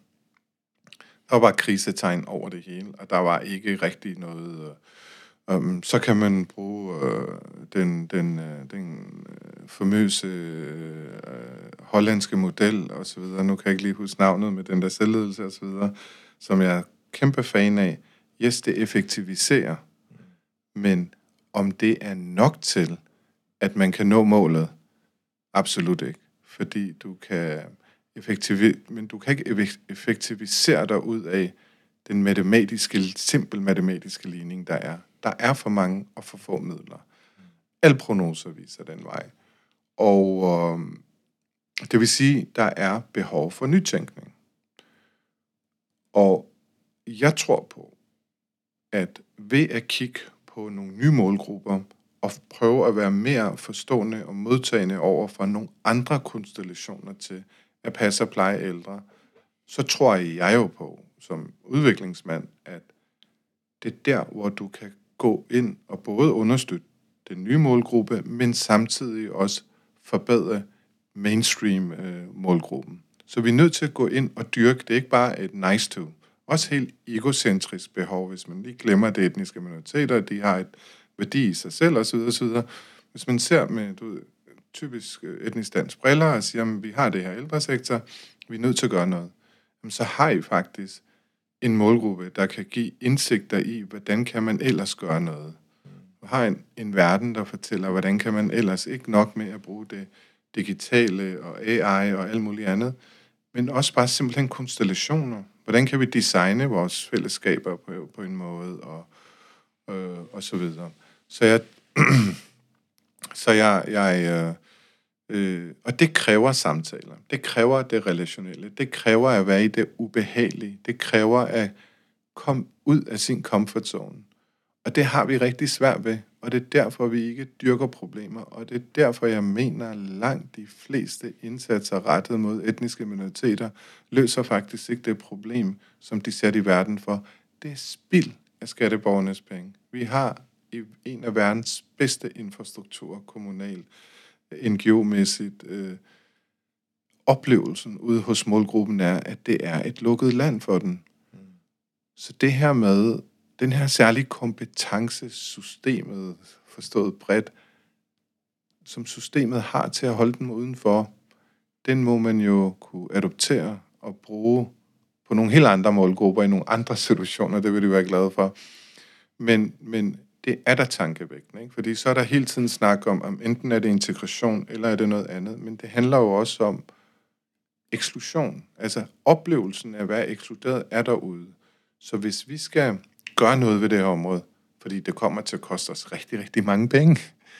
der var bare krisetegn over det hele, og der var ikke rigtig noget. Um, så kan man bruge uh, den, den, uh, den uh, famøse uh, hollandske model og så videre. Nu kan jeg ikke lige huske navnet med den der selvledelse og så videre, som jeg er kæmpe fan af. Yes, det effektiviserer, men om det er nok til, at man kan nå målet, absolut ikke. Fordi du kan effektivisere, men du kan ikke effektivisere dig ud af den matematiske, simpel matematiske ligning, der er. Der er for mange og for få midler. Alle prognoser viser den vej. Og øh, det vil sige, der er behov for nytænkning. Og jeg tror på, at ved at kigge på nogle nye målgrupper, og prøve at være mere forstående og modtagende over for nogle andre konstellationer til at passe og pleje ældre, så tror jeg jo på, som udviklingsmand, at det er der, hvor du kan gå ind og både understøtte den nye målgruppe, men samtidig også forbedre mainstream-målgruppen. Så vi er nødt til at gå ind og dyrke. Det er ikke bare et nice to. Også helt egocentrisk behov, hvis man lige glemmer det etniske minoriteter, de har et værdi i sig selv, osv. osv. Hvis man ser med du ved, typisk etnisk dansk briller og siger, at vi har det her ældresektor, vi er nødt til at gøre noget, jamen, så har I faktisk en målgruppe, der kan give indsigter i, hvordan kan man ellers gøre noget. Vi har en, en verden, der fortæller, hvordan kan man ellers ikke nok med at bruge det digitale og A I og alt muligt andet, men også bare simpelthen konstellationer. Hvordan kan vi designe vores fællesskaber på, på en måde, og, øh, og så videre. Så jeg, så jeg, jeg øh, øh, og det kræver samtaler. Det kræver det relationelle. Det kræver at være i det ubehagelige. Det kræver at komme ud af sin comfort zone. Og det har vi rigtig svært ved, og det er derfor, vi ikke dyrker problemer, og det er derfor, jeg mener, at langt de fleste indsatser rettet mod etniske minoriteter løser faktisk ikke det problem, som de sætter i verden for. Det er spild af skatteborgernes penge. Vi har en af verdens bedste infrastrukturer, kommunal, N G O-mæssigt. Øh, oplevelsen ude hos målgruppen er, at det er et lukket land for den. Så det her med den her særlige kompetencesystemet, forstået bredt, som systemet har til at holde dem udenfor, den må man jo kunne adoptere og bruge på nogle helt andre målgrupper i nogle andre situationer, det vil de være glade for. Men, men det er der tankevækkende, ikke? Fordi så er der hele tiden snak om, om enten er det integration, eller er det noget andet, men det handler jo også om eksklusion. Altså oplevelsen af at være ekskluderet er derude. Så hvis vi skal gøre noget ved det her område, fordi det kommer til at koste os rigtig, rigtig mange penge,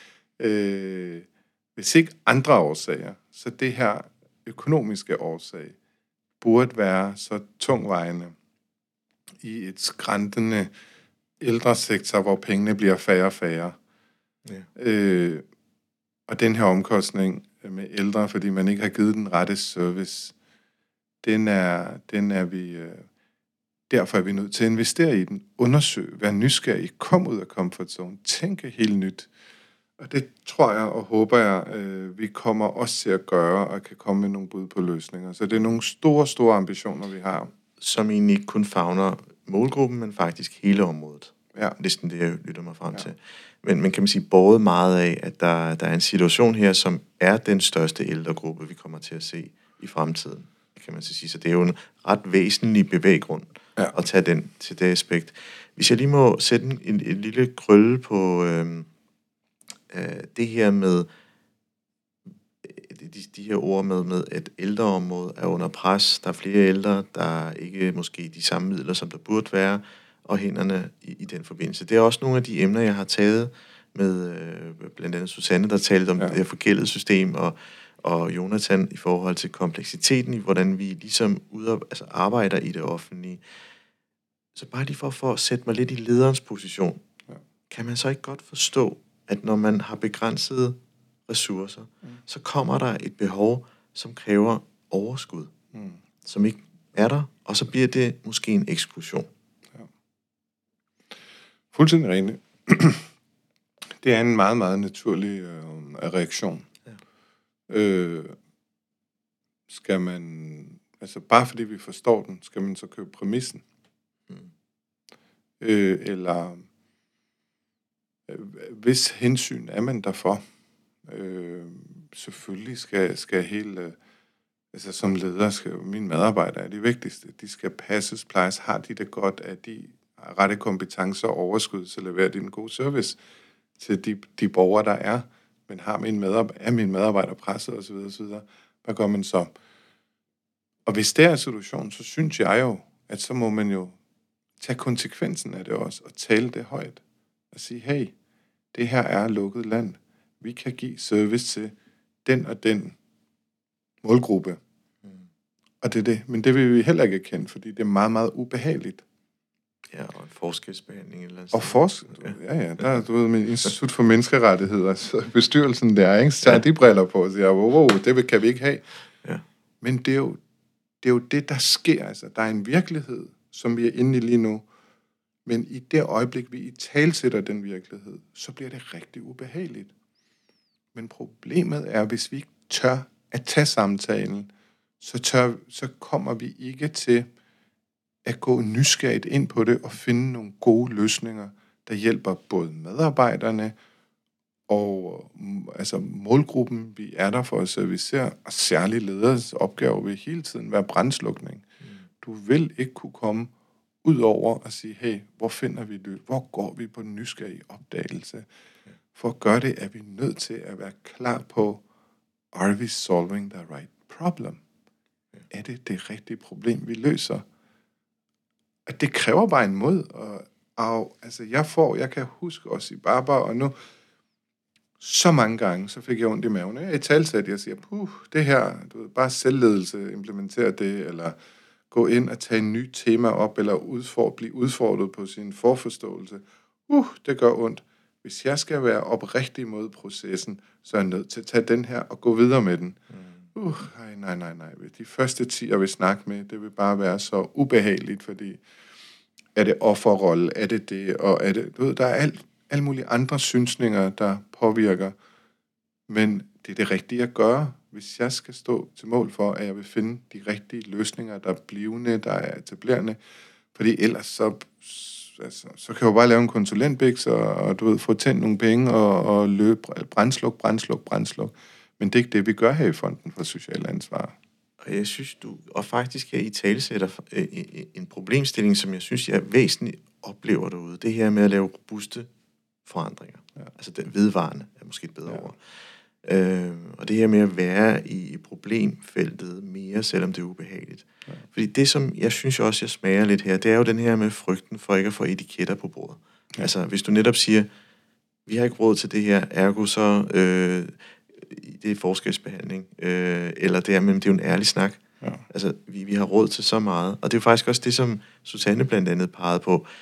øh, hvis ikke andre årsager, så det her økonomiske årsag burde være så tungvejende i et skræntende ældresektor, hvor pengene bliver færre og færre. Ja. Øh, og den her omkostning med ældre, fordi man ikke har givet den rette service, den er, den er vi... Øh, derfor er vi nødt til at investere i den. Undersøge, være nysgerrig, kom ud af comfort zone, tænke helt nyt. Og det tror jeg og håber jeg, øh, vi kommer også til at gøre, og kan komme med nogle bud på løsninger. Så det er nogle store, store ambitioner, vi har.
Som egentlig ikke kun favner målgruppen, men faktisk hele området.
Ja.
Næsten det, jeg lytter mig frem ja. til. Men, men kan man sige både meget af, at der, der er en situation her, som er den største ældregruppe, vi kommer til at se i fremtiden, kan man så sige. Så det er jo en ret væsentlig bevæggrund ja. at tage den til det aspekt. Hvis jeg lige må sætte en, en, en lille krølle på øh, øh, det her med de, de her ord med, med, at ældreområdet er under pres. Der er flere ældre, der er ikke måske de samme midler, som der burde være, og hænderne i, i den forbindelse. Det er også nogle af de emner, jeg har taget med øh, blandt andet Susanne, der talte om ja. det her forgældede system, og, og Jonathan i forhold til kompleksiteten i, hvordan vi ligesom ud, altså arbejder i det offentlige. Så bare lige for, for at sætte mig lidt i lederens position, ja. kan man så ikke godt forstå, at når man har begrænsede ressourcer, mm. så kommer der et behov, som kræver overskud, mm. som ikke er der, og så bliver det måske en eksklusion. Ja.
Fuldstændig rent. Det er en meget, meget naturlig øh, reaktion. Ja. Øh, skal man, altså bare fordi vi forstår den, skal man så købe præmissen? Mm. Øh, eller øh, hvis hensyn er man derfor? Øh, selvfølgelig skal, skal hele, øh, altså som leder, skal mine medarbejdere er de vigtigste. De skal passes, plejes, har de det godt, at de har rette kompetencer og overskud til at levere en god service til de, de borgere, der er, men har min medarbejder, er mine medarbejdere presset osv. osv. Hvad gør man så? Og hvis det er situationen, så synes jeg jo, at så må man jo tage konsekvensen af det også, og tale det højt, og sige, hey, det her er lukket land. Vi kan give service til den og den målgruppe. Mm. Og det er det. Men det vil vi heller ikke kende, fordi det er meget, meget ubehageligt.
Ja, og en forskelsbehandling. Eller
og forskelsbehandling, ja. ja, ja. Der er, du ved, med Institut for Menneskerettigheder, så bestyrelsen der, ikke? Så tager ja. de briller på og siger, wow, wow, det kan vi ikke have. Ja. Men det er, jo, det er jo det, der sker. Altså, der er en virkelighed, som vi er inde i lige nu. Men i det øjeblik, vi i talsætter den virkelighed, så bliver det rigtig ubehageligt. Men problemet er, hvis vi ikke tør at tage samtalen, så, tør, så kommer vi ikke til at gå nysgerrigt ind på det og finde nogle gode løsninger, der hjælper både medarbejderne og altså målgruppen, vi er der for at servicere, og særligt leders opgave vil hele tiden være brandslukning. Mm. Du vil ikke kunne komme ud over og sige, hey, hvor finder vi det? Hvor går vi på nysgerrig opdagelse? For at gøre det, er vi nødt til at være klar på, are we solving the right problem? Ja. Er det det rigtige problem, vi løser? Og det kræver bare en mod. Og, og, altså, jeg får, jeg kan huske også i Barber, og nu, så mange gange, så fik jeg ondt i maven. Jeg er i talsæt, jeg siger, puh, det her, du ved, bare selvledelse, implementere det, eller gå ind og tage en ny tema op, eller udfordre, blive udfordret på sin forforståelse. Uh, det gør ondt. Hvis jeg skal være oprigtig mod processen, så er jeg nødt til at tage den her og gå videre med den. Mm. Uh, nej, nej, nej. De første ti, jeg vil snakke med, det vil bare være så ubehageligt, fordi er det offerrolle, er det det, og er det, du ved, der er alt, alle mulige andre synsninger, der påvirker, men det er det rigtige at gøre, hvis jeg skal stå til mål for, at jeg vil finde de rigtige løsninger, der er blivende, der er etablerende, fordi ellers så Altså, så kan jeg jo bare lave en konsulentbiks, og, og du ved, få tændt nogle penge, og, og løbe brandsluk, brandsluk, brandsluk. Men det er ikke det, vi gør her i Fonden for Socialt Ansvar.
Og jeg synes, du, og faktisk er i talesætter en problemstilling, som jeg synes, jeg væsentligt oplever derude. Det her med at lave robuste forandringer. Ja. Altså den vedvarende er måske et bedre ja. ord. Øh, og det her med at være i problemfeltet mere, selvom det er ubehageligt. Ja. Fordi det, som jeg synes også, jeg smager lidt her, det er jo den her med frygten for ikke at få etiketter på bordet. Ja. Altså, hvis du netop siger, vi har ikke råd til det her, ergo så, øh, det er forskelsbehandling, øh, eller det er, men det er jo en ærlig snak. Ja. Altså, vi, vi har råd til så meget. Og det er jo faktisk også det, som Susanne blandt andet pegede på.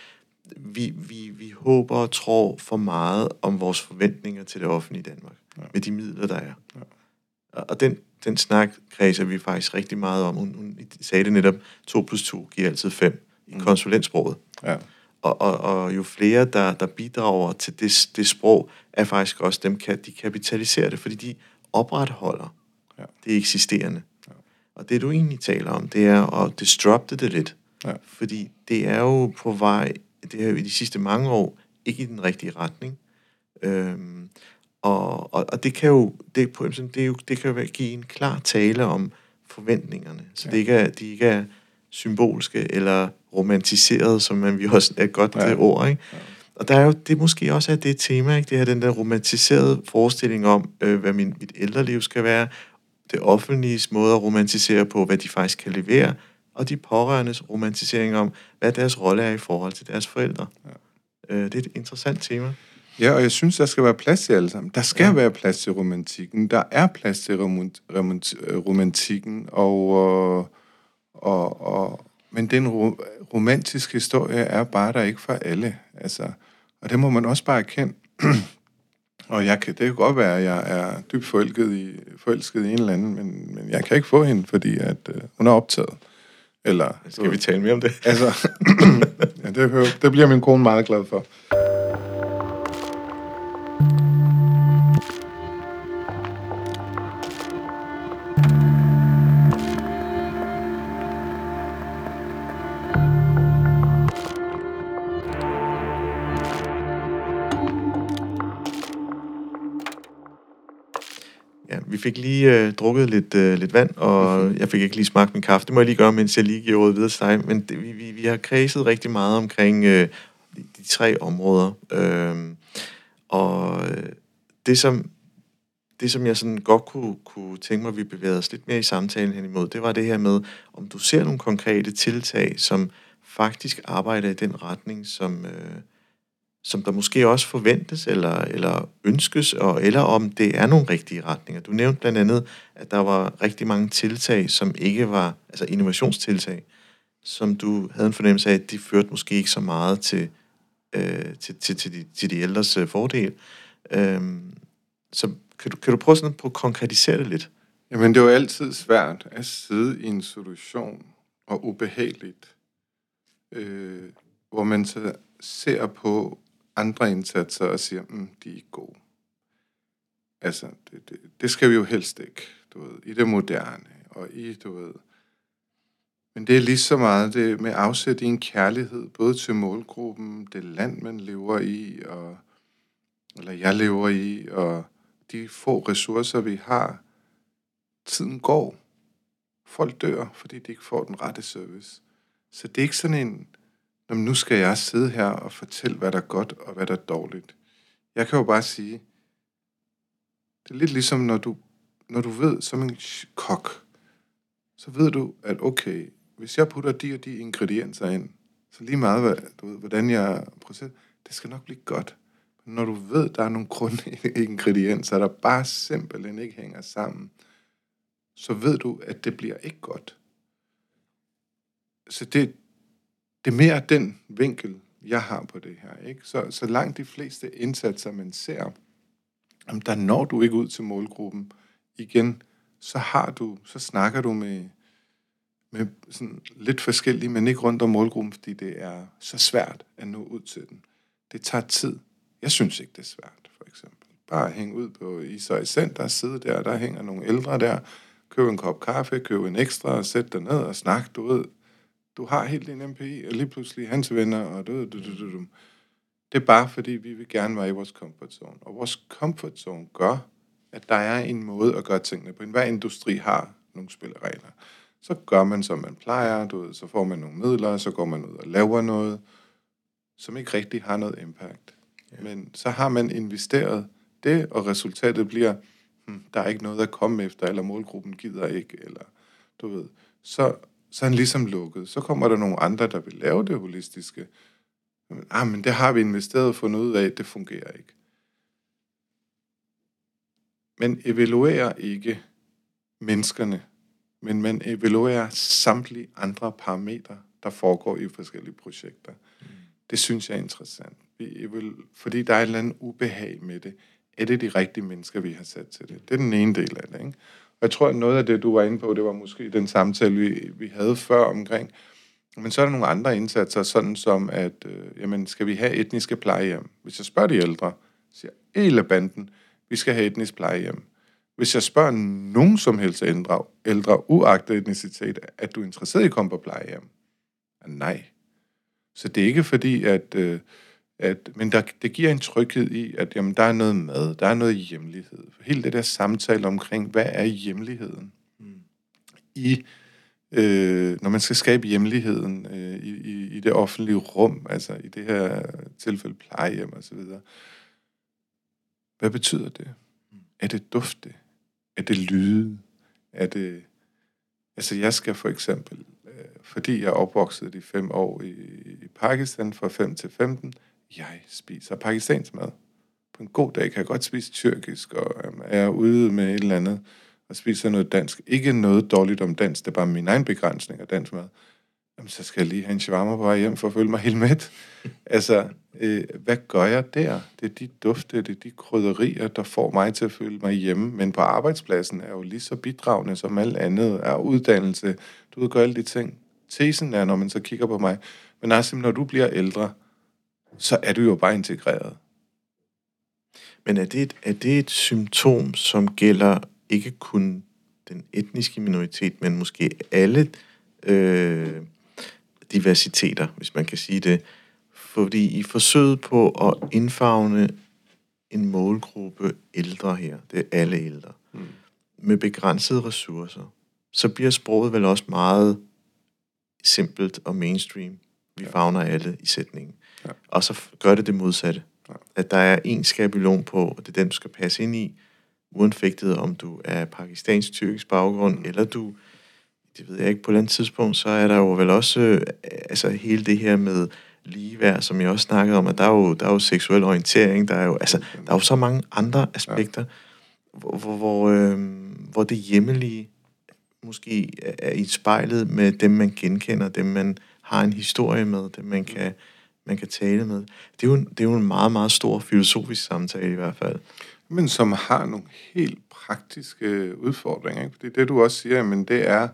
vi, vi, vi håber og tror for meget om vores forventninger til det offentlige i Danmark, ja. Med de midler, der er. Ja. Og den, den snak kredser vi faktisk rigtig meget om. Hun, hun sagde det netop, to plus to giver altid fem i mm. konsulentsproget. Ja. Og, og, og jo flere, der, der bidrager til det, det sprog, er faktisk også dem, kan, de kapitaliserer det, fordi de opretholder ja. Det eksisterende. Ja. Og det, du egentlig taler om, det er at disrupte det lidt. Ja. Fordi det er jo på vej, det er jo i de sidste mange år, ikke i den rigtige retning. Øhm, og, og, og det kan jo, det, på, det, er jo, det kan jo give en klar tale om forventningerne. Så ja. det ikke er, de ikke er symbolske eller romantiseret, som man vi også er et godt ja. ord, ikke? Ja. Og der er jo, det måske også er det tema, ikke? Det her, den der romantiserede forestilling om, øh, hvad min, mit ældreliv skal være, det offentliges måde at romantisere på, hvad de faktisk kan levere, og de pårørendes romantisering om, hvad deres rolle er i forhold til deres forældre. Ja. Øh, det er et interessant tema.
Ja, og jeg synes, der skal være plads til alle sammen. Der skal ja. være plads til romantikken. Der er plads til romantikken, og, og, og, men den romantiske historie er bare der ikke for alle. Altså, og det må man også bare erkende. Og jeg kan, det kan godt være, at jeg er dybt forelsket i, forelsket i en eller anden, men, men jeg kan ikke få hende, fordi at, øh, hun er optaget. Eller,
skal så, vi tale mere om det?
Altså, ja, det, det bliver min kone meget glad for.
Vi fik lige øh, drukket lidt, øh, lidt vand, og mm-hmm. jeg fik ikke lige smagt min kaffe. Det må jeg lige gøre, mens jeg lige giver ordet videre til dig. Men det, vi, vi, vi har kredset rigtig meget omkring øh, de, de tre områder. Øh, og det som, det, som jeg sådan godt kunne, kunne tænke mig, at vi bevægede os lidt mere i samtalen hen imod, det var det her med, om du ser nogle konkrete tiltag, som faktisk arbejder i den retning, som... Øh, som der måske også forventes eller, eller ønskes, og, eller om det er nogle rigtige retninger. Du nævnte blandt andet, at der var rigtig mange tiltag, som ikke var, altså innovationstiltag, som du havde en fornemmelse af, at de førte måske ikke så meget til, øh, til, til, til, de, til de ældres øh, fordel. Øhm, så kan du, kan du prøve sådan på at konkretisere det lidt?
Jamen, det er jo altid svært at sidde i en situation, og ubehageligt, øh, hvor man så ser på andre indsatser og siger, mm, de er ikke gode. Altså, det, det, det skal vi jo helst ikke, du ved, i det moderne, og i, du ved. Men det er lige så meget det med afsæt i en kærlighed, både til målgruppen, det land, man lever i, og, eller jeg lever i, og de få ressourcer, vi har. Tiden går. Folk dør, fordi de ikke får den rette service. Så det er ikke sådan en, nu skal jeg sidde her og fortælle, hvad der er godt og hvad der er dårligt. Jeg kan jo bare sige, det er lidt ligesom, når du, når du ved, som en kok, så ved du, at okay, hvis jeg putter de og de ingredienser ind, så lige meget, hvad, du ved, hvordan jeg processerer, det skal nok blive godt. Men når du ved, der er nogle grundingredienser, der bare simpelthen ikke hænger sammen, så ved du, at det bliver ikke godt. Så det Det er mere den vinkel, jeg har på det her, ikke? Så, så langt de fleste indsatser, man ser, om der når du ikke ud til målgruppen igen, så har du, så snakker du med, med sådan lidt forskellige, men ikke rundt om målgruppen, fordi det er så svært at nå ud til den. Det tager tid. Jeg synes ikke, det er svært, for eksempel. Bare hænge ud på Ishøj Center, sidde der, der hænger nogle ældre der, køb en kop kaffe, køb en ekstra, og sæt dig ned og snak, du ved. Du har helt din M P I, og lige pludselig hans venner, og du, du, du, du, du. Det er bare fordi, vi vil gerne være i vores comfort zone. Og vores comfort zone gør, at der er en måde at gøre tingene på. Hver industri har nogle spilleregler. Så gør man, som man plejer, du ved, så får man nogle midler, så går man ud og laver noget, som ikke rigtig har noget impact. Ja. Men så har man investeret det, og resultatet bliver, hmm, der er ikke noget at komme efter, eller målgruppen gider ikke, eller du ved, så så er han ligesom lukket. Så kommer der nogle andre, der vil lave det holistiske. Ah, men det har vi investeret og fundet ud af, det fungerer ikke. Man evaluerer ikke menneskerne, men man evaluerer samtlige andre parametre, der foregår i forskellige projekter. Mm. Det synes jeg er interessant. Vi vil, fordi der er et eller andet ubehag med det. Er det de rigtige mennesker, vi har sat til det? Det er den ene del af det, ikke? Og jeg tror, at noget af det, du var inde på, det var måske den samtale, vi, vi havde før omkring. Men så er der nogle andre indsatser, sådan som, at øh, jamen, skal vi have etniske plejehjem? Hvis jeg spørger de ældre, siger hele banden, vi skal have etnisk plejehjem. Hvis jeg spørger nogen som helst ældre, ældre uagtet etnicitet, at du er interesseret i at komme på plejehjem? Nej. Så det er ikke fordi, at... Øh, At, men der, det giver en tryghed i, at jamen, der er noget mad, der er noget hjemlighed. Hele det der samtale omkring, hvad er hjemligheden? Mm. I, øh, når man skal skabe hjemligheden øh, i, i, i det offentlige rum, altså i det her tilfælde plejehjem og så videre. Hvad betyder det? Mm. Er det dufte? Er det lyde? Er det... Altså jeg skal for eksempel, øh, fordi jeg er opvokset de fem år i, i Pakistan fra fem til femten, jeg spiser pakistansk mad. På en god dag kan jeg godt spise tyrkisk, og er jeg ude med et eller andet, og spiser noget dansk. Ikke noget dårligt om dansk, det er bare min egen begrænsning af dansk mad. Jamen, så skal jeg lige have en shawarma på vej hjem, for at føle mig helt mæt. Altså, øh, hvad gør jeg der? Det er de dufte, det er de krydderier, der får mig til at føle mig hjemme. Men på arbejdspladsen er jo lige så bidragende som alt andet. Er uddannelse, du ved, gør alle de ting. Tesen er, når man så kigger på mig. Men Nassim, når du bliver ældre, så er du jo bare integreret.
Men er det, et, er det et symptom, som gælder ikke kun den etniske minoritet, men måske alle øh, diversiteter, hvis man kan sige det? Fordi i forsøget på at indfavne en målgruppe ældre her, det er alle ældre, mm. med begrænsede ressourcer, så bliver sproget vel også meget simpelt og mainstream. Vi ja. favner alle i sætningen. Ja. Og så gør det det modsatte. Ja. At der er en skabelon på, og det er den, du skal passe ind i, uanfægtet om du er pakistansk, tyrkisk baggrund, mm. eller du, det ved jeg ikke, på et eller andet tidspunkt, så er der jo vel også øh, altså hele det her med ligeværd, som jeg også snakkede om, at der er jo, der er jo seksuel orientering, der er jo, altså, der er jo så mange andre aspekter, ja. hvor, hvor, hvor, øh, hvor det hjemmelige måske er i spejlet med dem, man genkender, dem, man har en historie med, dem, man kan man kan tale med. Det er, jo, det er jo en meget, meget stor filosofisk samtale i hvert fald.
Men som har nogle helt praktiske udfordringer. Ikke? Fordi det, du også siger, men det er,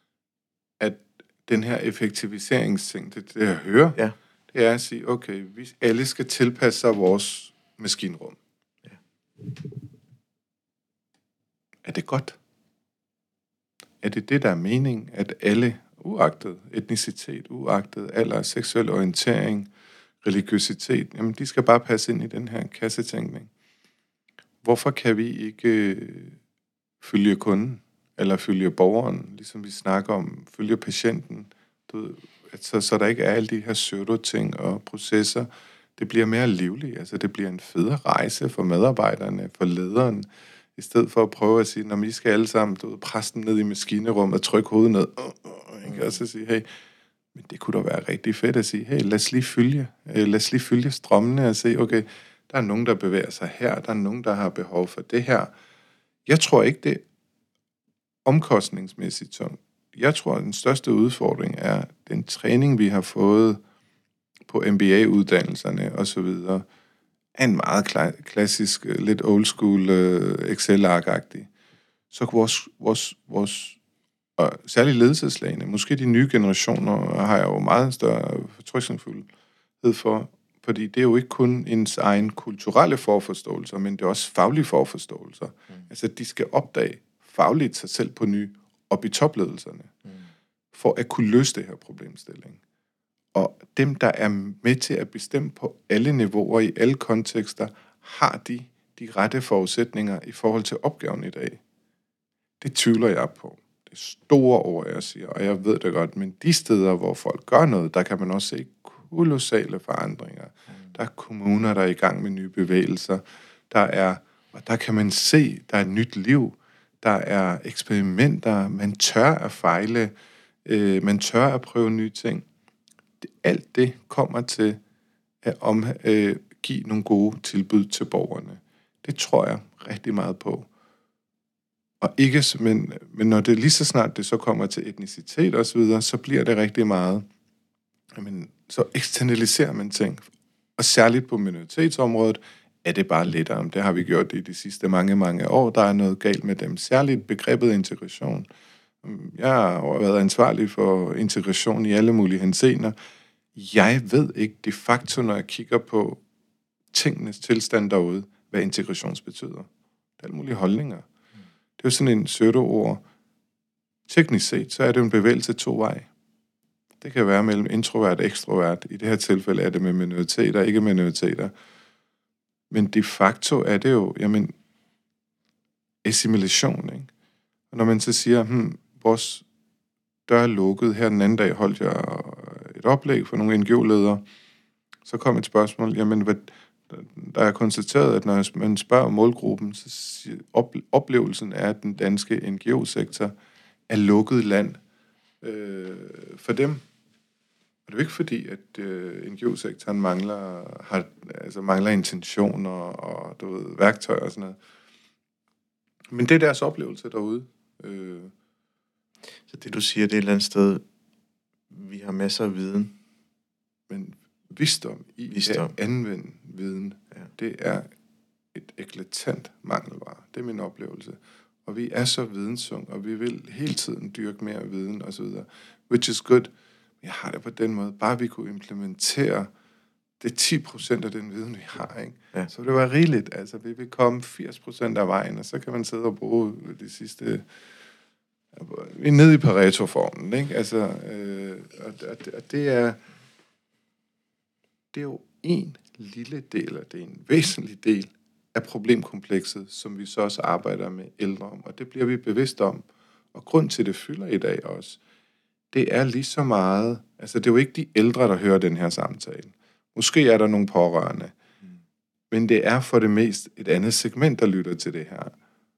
at den her effektiviseringsting, det, det jeg hører, ja. det er at sige, okay, vi alle skal tilpasse sig vores maskinrum. Ja. Er det godt? Er det det, der er mening, at alle, uagtet etnicitet, uagtet alder, seksuel orientering, religiøsitet, jamen de skal bare passe ind i den her kassetænkning. Hvorfor kan vi ikke øh, følge kunden, eller følge borgeren, ligesom vi snakker om, følge patienten, du ved, at så, så der ikke er alle de her pseudo-ting og processer. Det bliver mere livligt, altså det bliver en fed rejse for medarbejderne, for lederen, i stedet for at prøve at sige, når vi skal alle sammen, du ved, presse dem ned i maskinerummet og trykke hovedet ned, uh, uh, ikke? Og så sige, hey, men det kunne da være rigtig fedt at sige, hey, lad os lige følge, lad os lige følge strømmene og se, okay, der er nogen, der bevæger sig her, der er nogen, der har behov for det her. Jeg tror ikke, det er omkostningsmæssigt tungt. Jeg tror, at den største udfordring er den træning, vi har fået på M B A-uddannelserne osv., er en meget kla- klassisk, lidt old school uh, Excel-ark-agtig. Så vores, vores, vores og særligt ledelseslagene, måske de nye generationer, har jeg jo meget større fortrykningsfuldhed for, fordi det er jo ikke kun ens egen kulturelle forforståelser, men det er også faglige forforståelser. Mm. Altså, de skal opdage fagligt sig selv på ny, op i topledelserne, mm. for at kunne løse det her problemstilling. Og dem, der er med til at bestemme på alle niveauer, i alle kontekster, har de de rette forudsætninger i forhold til opgaven i dag. Det tvivler jeg på. Det er store ord, jeg siger, og jeg ved det godt, men de steder, hvor folk gør noget, der kan man også se kolossale forandringer. Mm. Der er kommuner, der er i gang med nye bevægelser. Der er, og der kan man se, der er et nyt liv. Der er eksperimenter. Man tør at fejle. Øh, man tør at prøve nye ting. Alt det kommer til at om, øh, give nogle gode tilbud til borgerne. Det tror jeg rigtig meget på. Og ikke, men, men når det lige så snart det så kommer til etnicitet og så videre, så bliver det rigtig meget, jamen, så eksternaliserer man ting. Og særligt på minoritetsområdet er det bare lettere. Det har vi gjort i de sidste mange, mange år. Der er noget galt med dem. Særligt begrebet integration. Jeg har været ansvarlig for integration i alle mulige henseender. Jeg ved ikke de facto, når jeg kigger på tingenes tilstand derude, hvad integrations betyder. Der er alle mulige holdninger. Det er jo sådan en pseudo-ord. Teknisk set, så er det en bevægelse to vej. Det kan være mellem introvert og ekstrovert. I det her tilfælde er det med minoriteter, ikke minoriteter. Men de facto er det jo, jamen, assimilation, ikke? Og når man så siger, hmm, vores dør er lukket, her den anden dag holdt jeg et oplæg for nogle N G O-ledere, så kom et spørgsmål, jamen, hvad, der er konstateret, at når man spørger målgruppen, så siger, oplevelsen er, at den danske N G O-sektor er lukket land øh, for dem. Og det er jo ikke fordi, at øh, N G O-sektoren mangler, har, altså mangler intentioner og du ved, værktøjer og sådan noget. Men det er deres oplevelse derude. Øh.
Så det du siger, det er et eller andet sted, vi har masser af viden.
Men visdom i visdom. At anvende viden, ja. Det er et eklatant mangelvare. Det er min oplevelse. Og vi er så vidensung, og vi vil hele tiden dyrke mere viden osv. Which is good. Jeg har det på den måde. Bare vi kunne implementere det ti procent af den viden, vi har, ikke? Ja. Så det var rigeligt. Altså, vi vil komme firs procent af vejen, og så kan man sidde og bruge de sidste... Vi er nede i Pareto-formen, ikke? Altså, øh, og, og, og det er... Det er jo en lille del, og det er en væsentlig del af problemkomplekset, som vi så også arbejder med ældre om, og det bliver vi bevidst om. Og grund til, det fylder i dag også, det er lige så meget... Altså, det er jo ikke de ældre, der hører den her samtale. Måske er der nogle pårørende, mm. men det er for det mest et andet segment, der lytter til det her.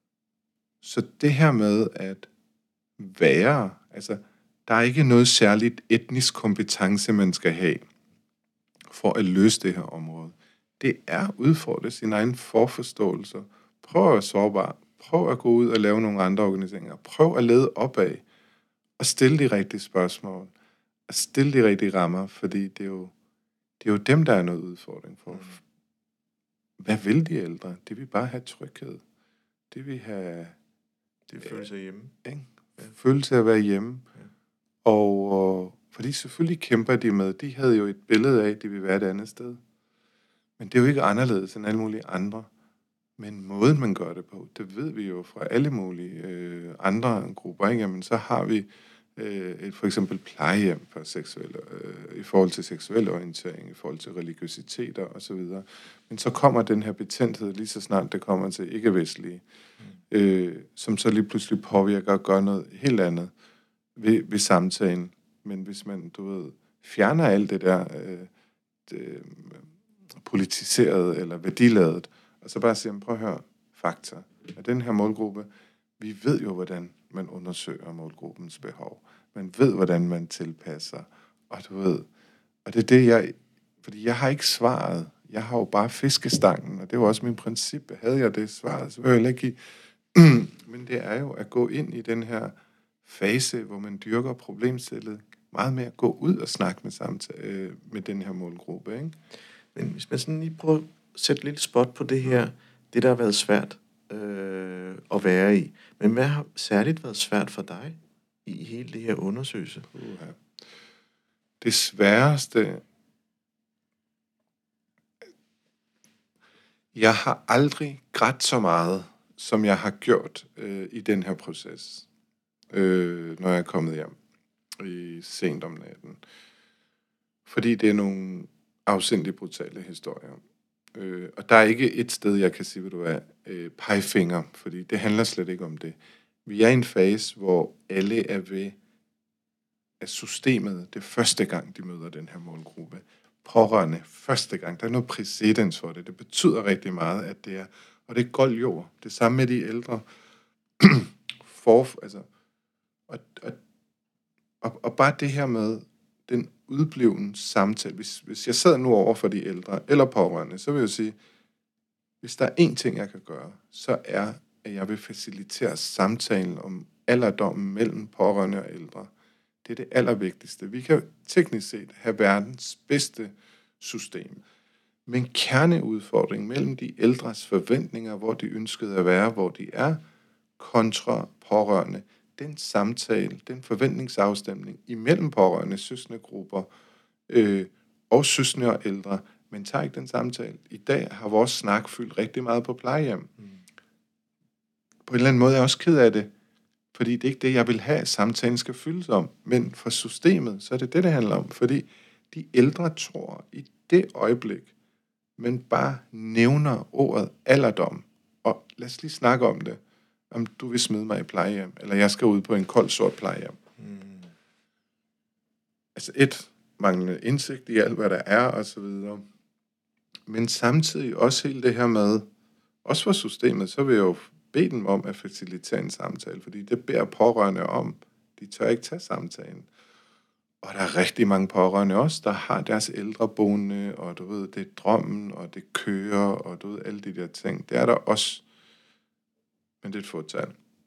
Så det her med at være... Altså, der er ikke noget særligt etnisk kompetence, man skal have for at løse det her område. Det er at udfordre sin egen forforståelse. Prøv at være sårbar. Prøv at gå ud og lave nogle andre organiseringer. Prøv at lede opad og stille de rigtige spørgsmål. Og stille de rigtige rammer, fordi det er jo, det er jo dem, der er noget udfordring for. Hvad vil de ældre? De vil bare have tryghed. De vil have...
Det føle sig hjemme.
Ikke? Føle sig at være hjemme. Ja. Og, og fordi selvfølgelig kæmper de med. De havde jo et billede af, at de ville være et andet sted. Men det er jo ikke anderledes end alle mulige andre. Men måden, man gør det på, det ved vi jo fra alle mulige øh, andre grupper. Ikke? Jamen, så har vi øh, et, for eksempel plejehjem for seksuelle, øh, i forhold til seksuel orientering, i forhold til religiøsiteter osv. Men så kommer den her betændthed lige så snart det kommer til ikke-vestlige, mm. øh, som så lige pludselig påvirker og gør noget helt andet ved, ved samtalen. Men hvis man, du ved, fjerner alt det der øh, det, politiseret eller værdiladet, og så bare siger, prøv at høre, fakta. Af den her målgruppe, vi ved jo, hvordan man undersøger målgruppens behov. Man ved, hvordan man tilpasser. Og du ved, og det er det, jeg... Fordi jeg har ikke svaret. Jeg har jo bare fiskestangen, og det var også min princip. Havde jeg det svaret, så ville jeg ikke give... Men det er jo at gå ind i den her fase, hvor man dyrker problemstillet, meget mere at gå ud og snakke med, samtale, med den her målgruppe, ikke?
Men hvis man sådan lige prøver at sætte lidt spot på det her, det der har været svært øh, at være i. Men hvad har særligt været svært for dig i hele det her undersøgelse?
Uh-huh. Det sværeste... Jeg har aldrig grædt så meget, som jeg har gjort øh, i den her proces, øh, når jeg er kommet hjem i sent om natten. Fordi det er nogle afsindigt brutale historier. Øh, og der er ikke et sted, jeg kan sige, hvad du er, øh, pegefinger, fordi det handler slet ikke om det. Vi er i en fase, hvor alle er ved, at systemet, det er første gang, de møder den her målgruppe. Pårørende, første gang. Der er noget præcedens for det. Det betyder rigtig meget, at det er, og det er gold jord. Det samme med de ældre. for, altså, og, og, og, og bare det her med den udblivende samtale. Hvis, hvis jeg sad nu over for de ældre eller pårørende, så vil jeg sige, hvis der er én ting, jeg kan gøre, så er, at jeg vil facilitere samtalen om alderdommen mellem pårørende og ældre. Det er det allervigtigste. Vi kan teknisk set have verdens bedste system. Men kerneudfordringen mellem de ældres forventninger, hvor de ønskede at være, hvor de er, kontra pårørende, den samtale, den forventningsafstemning imellem pårørende, søskendegrupper øh, og søskende og ældre, men tager ikke den samtale. I dag har vores snak fyldt rigtig meget på plejehjem. Mm. På en eller anden måde er jeg også ked af det, fordi det er ikke det, jeg vil have, at samtalen skal fyldes om. Men for systemet, så er det det, det handler om. Fordi de ældre tror i det øjeblik, men bare nævner ordet alderdom. Og lad os lige snakke om det. Om du vil smide mig i plejehjem, eller jeg skal ud på en kold, sort plejehjem. Mm. Altså et, manglende indsigt i alt, hvad der er, og så videre. Men samtidig også hele det her med, også for systemet, så vil jeg jo bede dem om at facilitere en samtale, fordi det beder pårørende om. De tør ikke tage samtalen. Og der er rigtig mange pårørende også, der har deres ældre boende, og du ved, det er drømmen, og det kører, og du ved, alle de der ting. Det er der også. Men det er et fortal.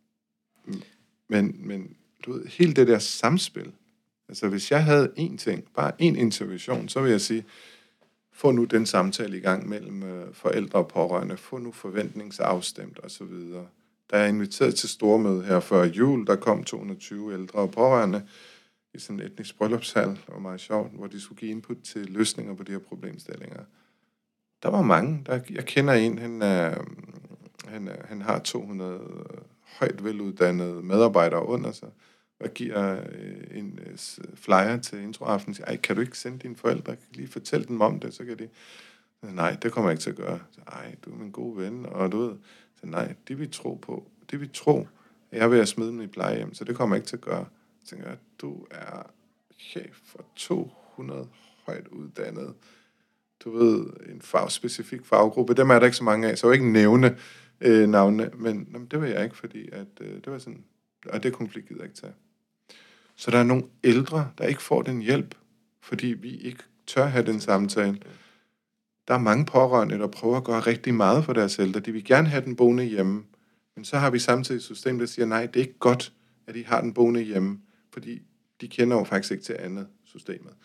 Men, men du ved, hele det der samspil, altså hvis jeg havde én ting, bare én intervention, så vil jeg sige, få nu den samtale i gang mellem øh, forældre og pårørende, få nu forventningsafstemt og så videre. Der er inviteret til stormøde her før jul, der kom to hundrede og tyve ældre og pårørende i sådan en etnisk bryllupshal, det var meget sjovt, hvor de skulle give input til løsninger på de her problemstillinger. Der var mange, der, jeg kender en, han, er, han, er, han har to hundrede højt veluddannede medarbejdere under sig, og giver øh, en øh, flyer til introaften, og siger, ej, kan du ikke sende dine forældre, kan lige fortælle dem om det, så kan de, så, nej, det kommer jeg ikke til at gøre. Så, ej, du er min gode ven, og du ved, så, nej, de vil tro på, de vil tro, at jeg vil at smide dem i plejehjem, så det kommer jeg ikke til at gøre. Så tænker jeg, du er chef for to hundrede højt uddannede, du ved, en fag, specifik faggruppe, dem er der ikke så mange af, så jeg vil ikke nævne øh, navnene, men jamen, det vil jeg ikke, fordi at, øh, det var sådan, og det konflikt gider jeg ikke tage. Så der er nogle ældre, der ikke får den hjælp, fordi vi ikke tør have den samtale. Der er mange pårørende, der prøver at gøre rigtig meget for deres ældre. De vil gerne have den boende hjemme, men så har vi samtidig et system, der siger, nej, det er ikke godt, at de har den boende hjemme, fordi de kender jo faktisk ikke til andet systemet.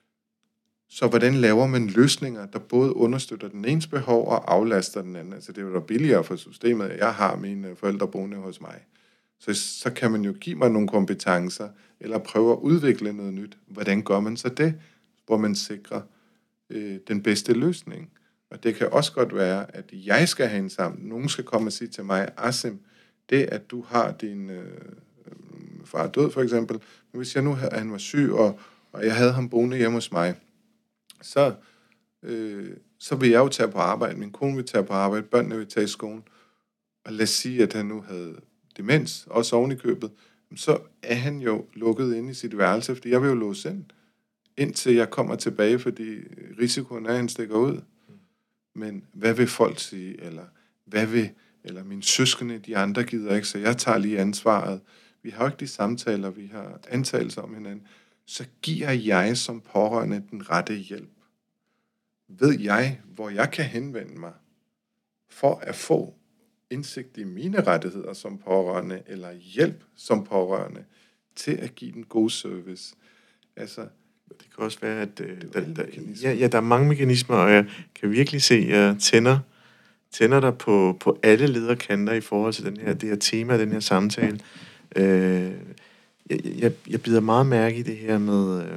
Så hvordan laver man løsninger, der både understøtter den enes behov og aflaster den anden? Altså det er jo da billigere for systemet, at jeg har mine forældre boende hos mig. Så, så kan man jo give mig nogle kompetencer, eller prøve at udvikle noget nyt. Hvordan gør man så det, hvor man sikrer øh, den bedste løsning? Og det kan også godt være, at jeg skal have en sammen. Nogen skal komme og sige til mig, Asim, det at du har din øh, far død for eksempel, men hvis jeg nu havde, han var syg, og, og jeg havde ham boende hjemme hos mig, så, øh, så vil jeg jo tage på arbejde, min kone vil tage på arbejde, børnene vil tage i skolen, og lad os sige, at han nu havde demens, også oven i købet, så er han jo lukket inde i sit værelse, fordi jeg vil jo låse ind, indtil jeg kommer tilbage, fordi risikoen er, at han stikker ud. Men hvad vil folk sige, eller hvad vil, eller mine søskende, de andre gider ikke, så jeg tager lige ansvaret. Vi har jo ikke de samtaler, vi har antagelser om hinanden. Så giver jeg som pårørende den rette hjælp. Ved jeg, hvor jeg kan henvende mig, for at få indsigt i mine rettigheder som pårørende, eller hjælp som pårørende, til at give den gode service. Altså,
det kan også være, at øh, der, der, ja, ja, der er mange mekanismer, og jeg kan virkelig se, at jeg tænder, tænder der på, på alle lederkanter i forhold til den her, det her tema, den her samtale. Øh, jeg, jeg, jeg bider meget mærke i det her med, øh,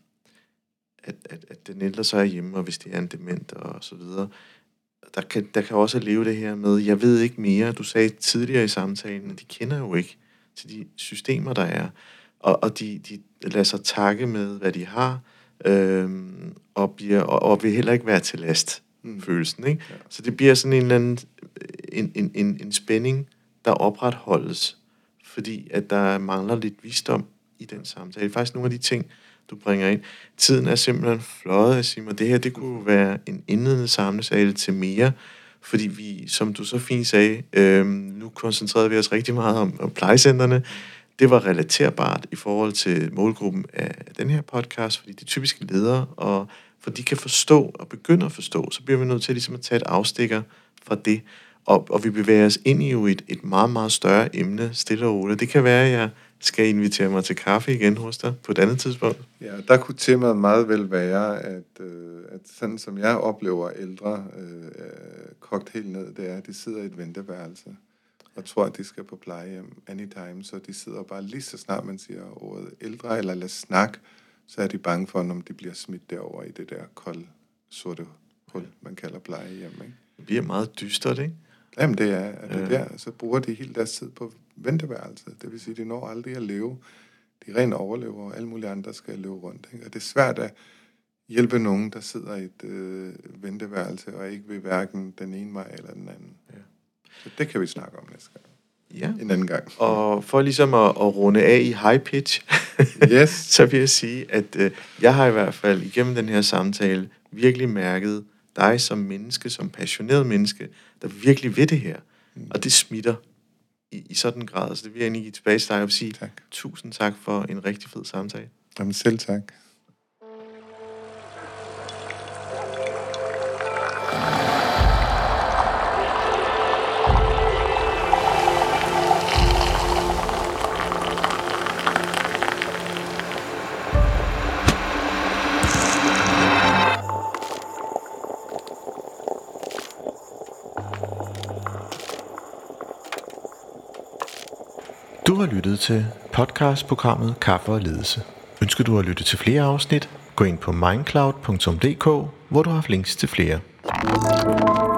at, at, at den ældre så er hjemme, og hvis det er en dement og så videre. Der kan, der kan også leve det her med, jeg ved ikke mere, du sagde tidligere i samtalen, de kender jo ikke til de systemer, der er, og, og de, de lader sig takke med, hvad de har, øhm, og, bliver, og, og vil heller ikke være til last, mm. følelsen, ikke? Ja. Så det bliver sådan en eller anden, en, en, en, en spænding, der opretholdes, fordi at der mangler lidt visdom i den samtale. Faktisk nogle af de ting, du bringer ind. Tiden er simpelthen fløjet, Asim, og det her, det kunne være en indledende samtale til mere, fordi vi, som du så fint sagde, øhm, nu koncentrerede vi os rigtig meget om, om plejecentrene. Det var relaterbart i forhold til målgruppen af den her podcast, fordi de er typiske ledere, og for de kan forstå og begynde at forstå, så bliver vi nødt til ligesom at tage et afstikker fra det, og, og vi bevæger os ind i jo et, et meget, meget større emne, stille og roligt. Det kan være, at jeg skal invitere mig til kaffe igen hos dig på et andet tidspunkt.
Ja, der kunne temaet meget vel være, at, øh, at sådan som jeg oplever ældre øh, kogt helt ned, det er, at de sidder i et venteværelse og tror, at de skal på plejehjem anytime, så de sidder bare lige så snart man siger ordet ældre eller lad snak, så er de bange for, om de bliver smidt derover i det der kolde, sorte hul, man kalder plejehjem. Ikke?
Det bliver meget dystert, ikke?
Jamen det er, at det
Ja.
der, så bruger de hele deres tid på venteværelset. Det vil sige, at de når aldrig at leve. De rent overlever, og alle mulige andre skal leve rundt. Ikke? Og det er svært at hjælpe nogen, der sidder i et øh, venteværelse, og ikke ved hverken den ene vej eller den anden.
Ja.
Så det kan vi snakke om næste gang.
Ja.
En anden gang.
Og for ligesom at, at runde af i high pitch,
Yes.
så vil jeg sige, at øh, jeg har i hvert fald igennem den her samtale virkelig mærket dig som menneske, som passioneret menneske, der virkelig ved det her. Mm. Og det smitter i, i sådan en grad. Så det vil jeg egentlig give tilbage til dig og sige
Tak.
tusind tak for en rigtig fed samtale.
Jamen selv tak.
Du har lyttet til podcastprogrammet Kaffe og Ledelse. Ønsker du at lytte til flere afsnit? Gå ind på mindcloud punktum d k, hvor du har links til flere.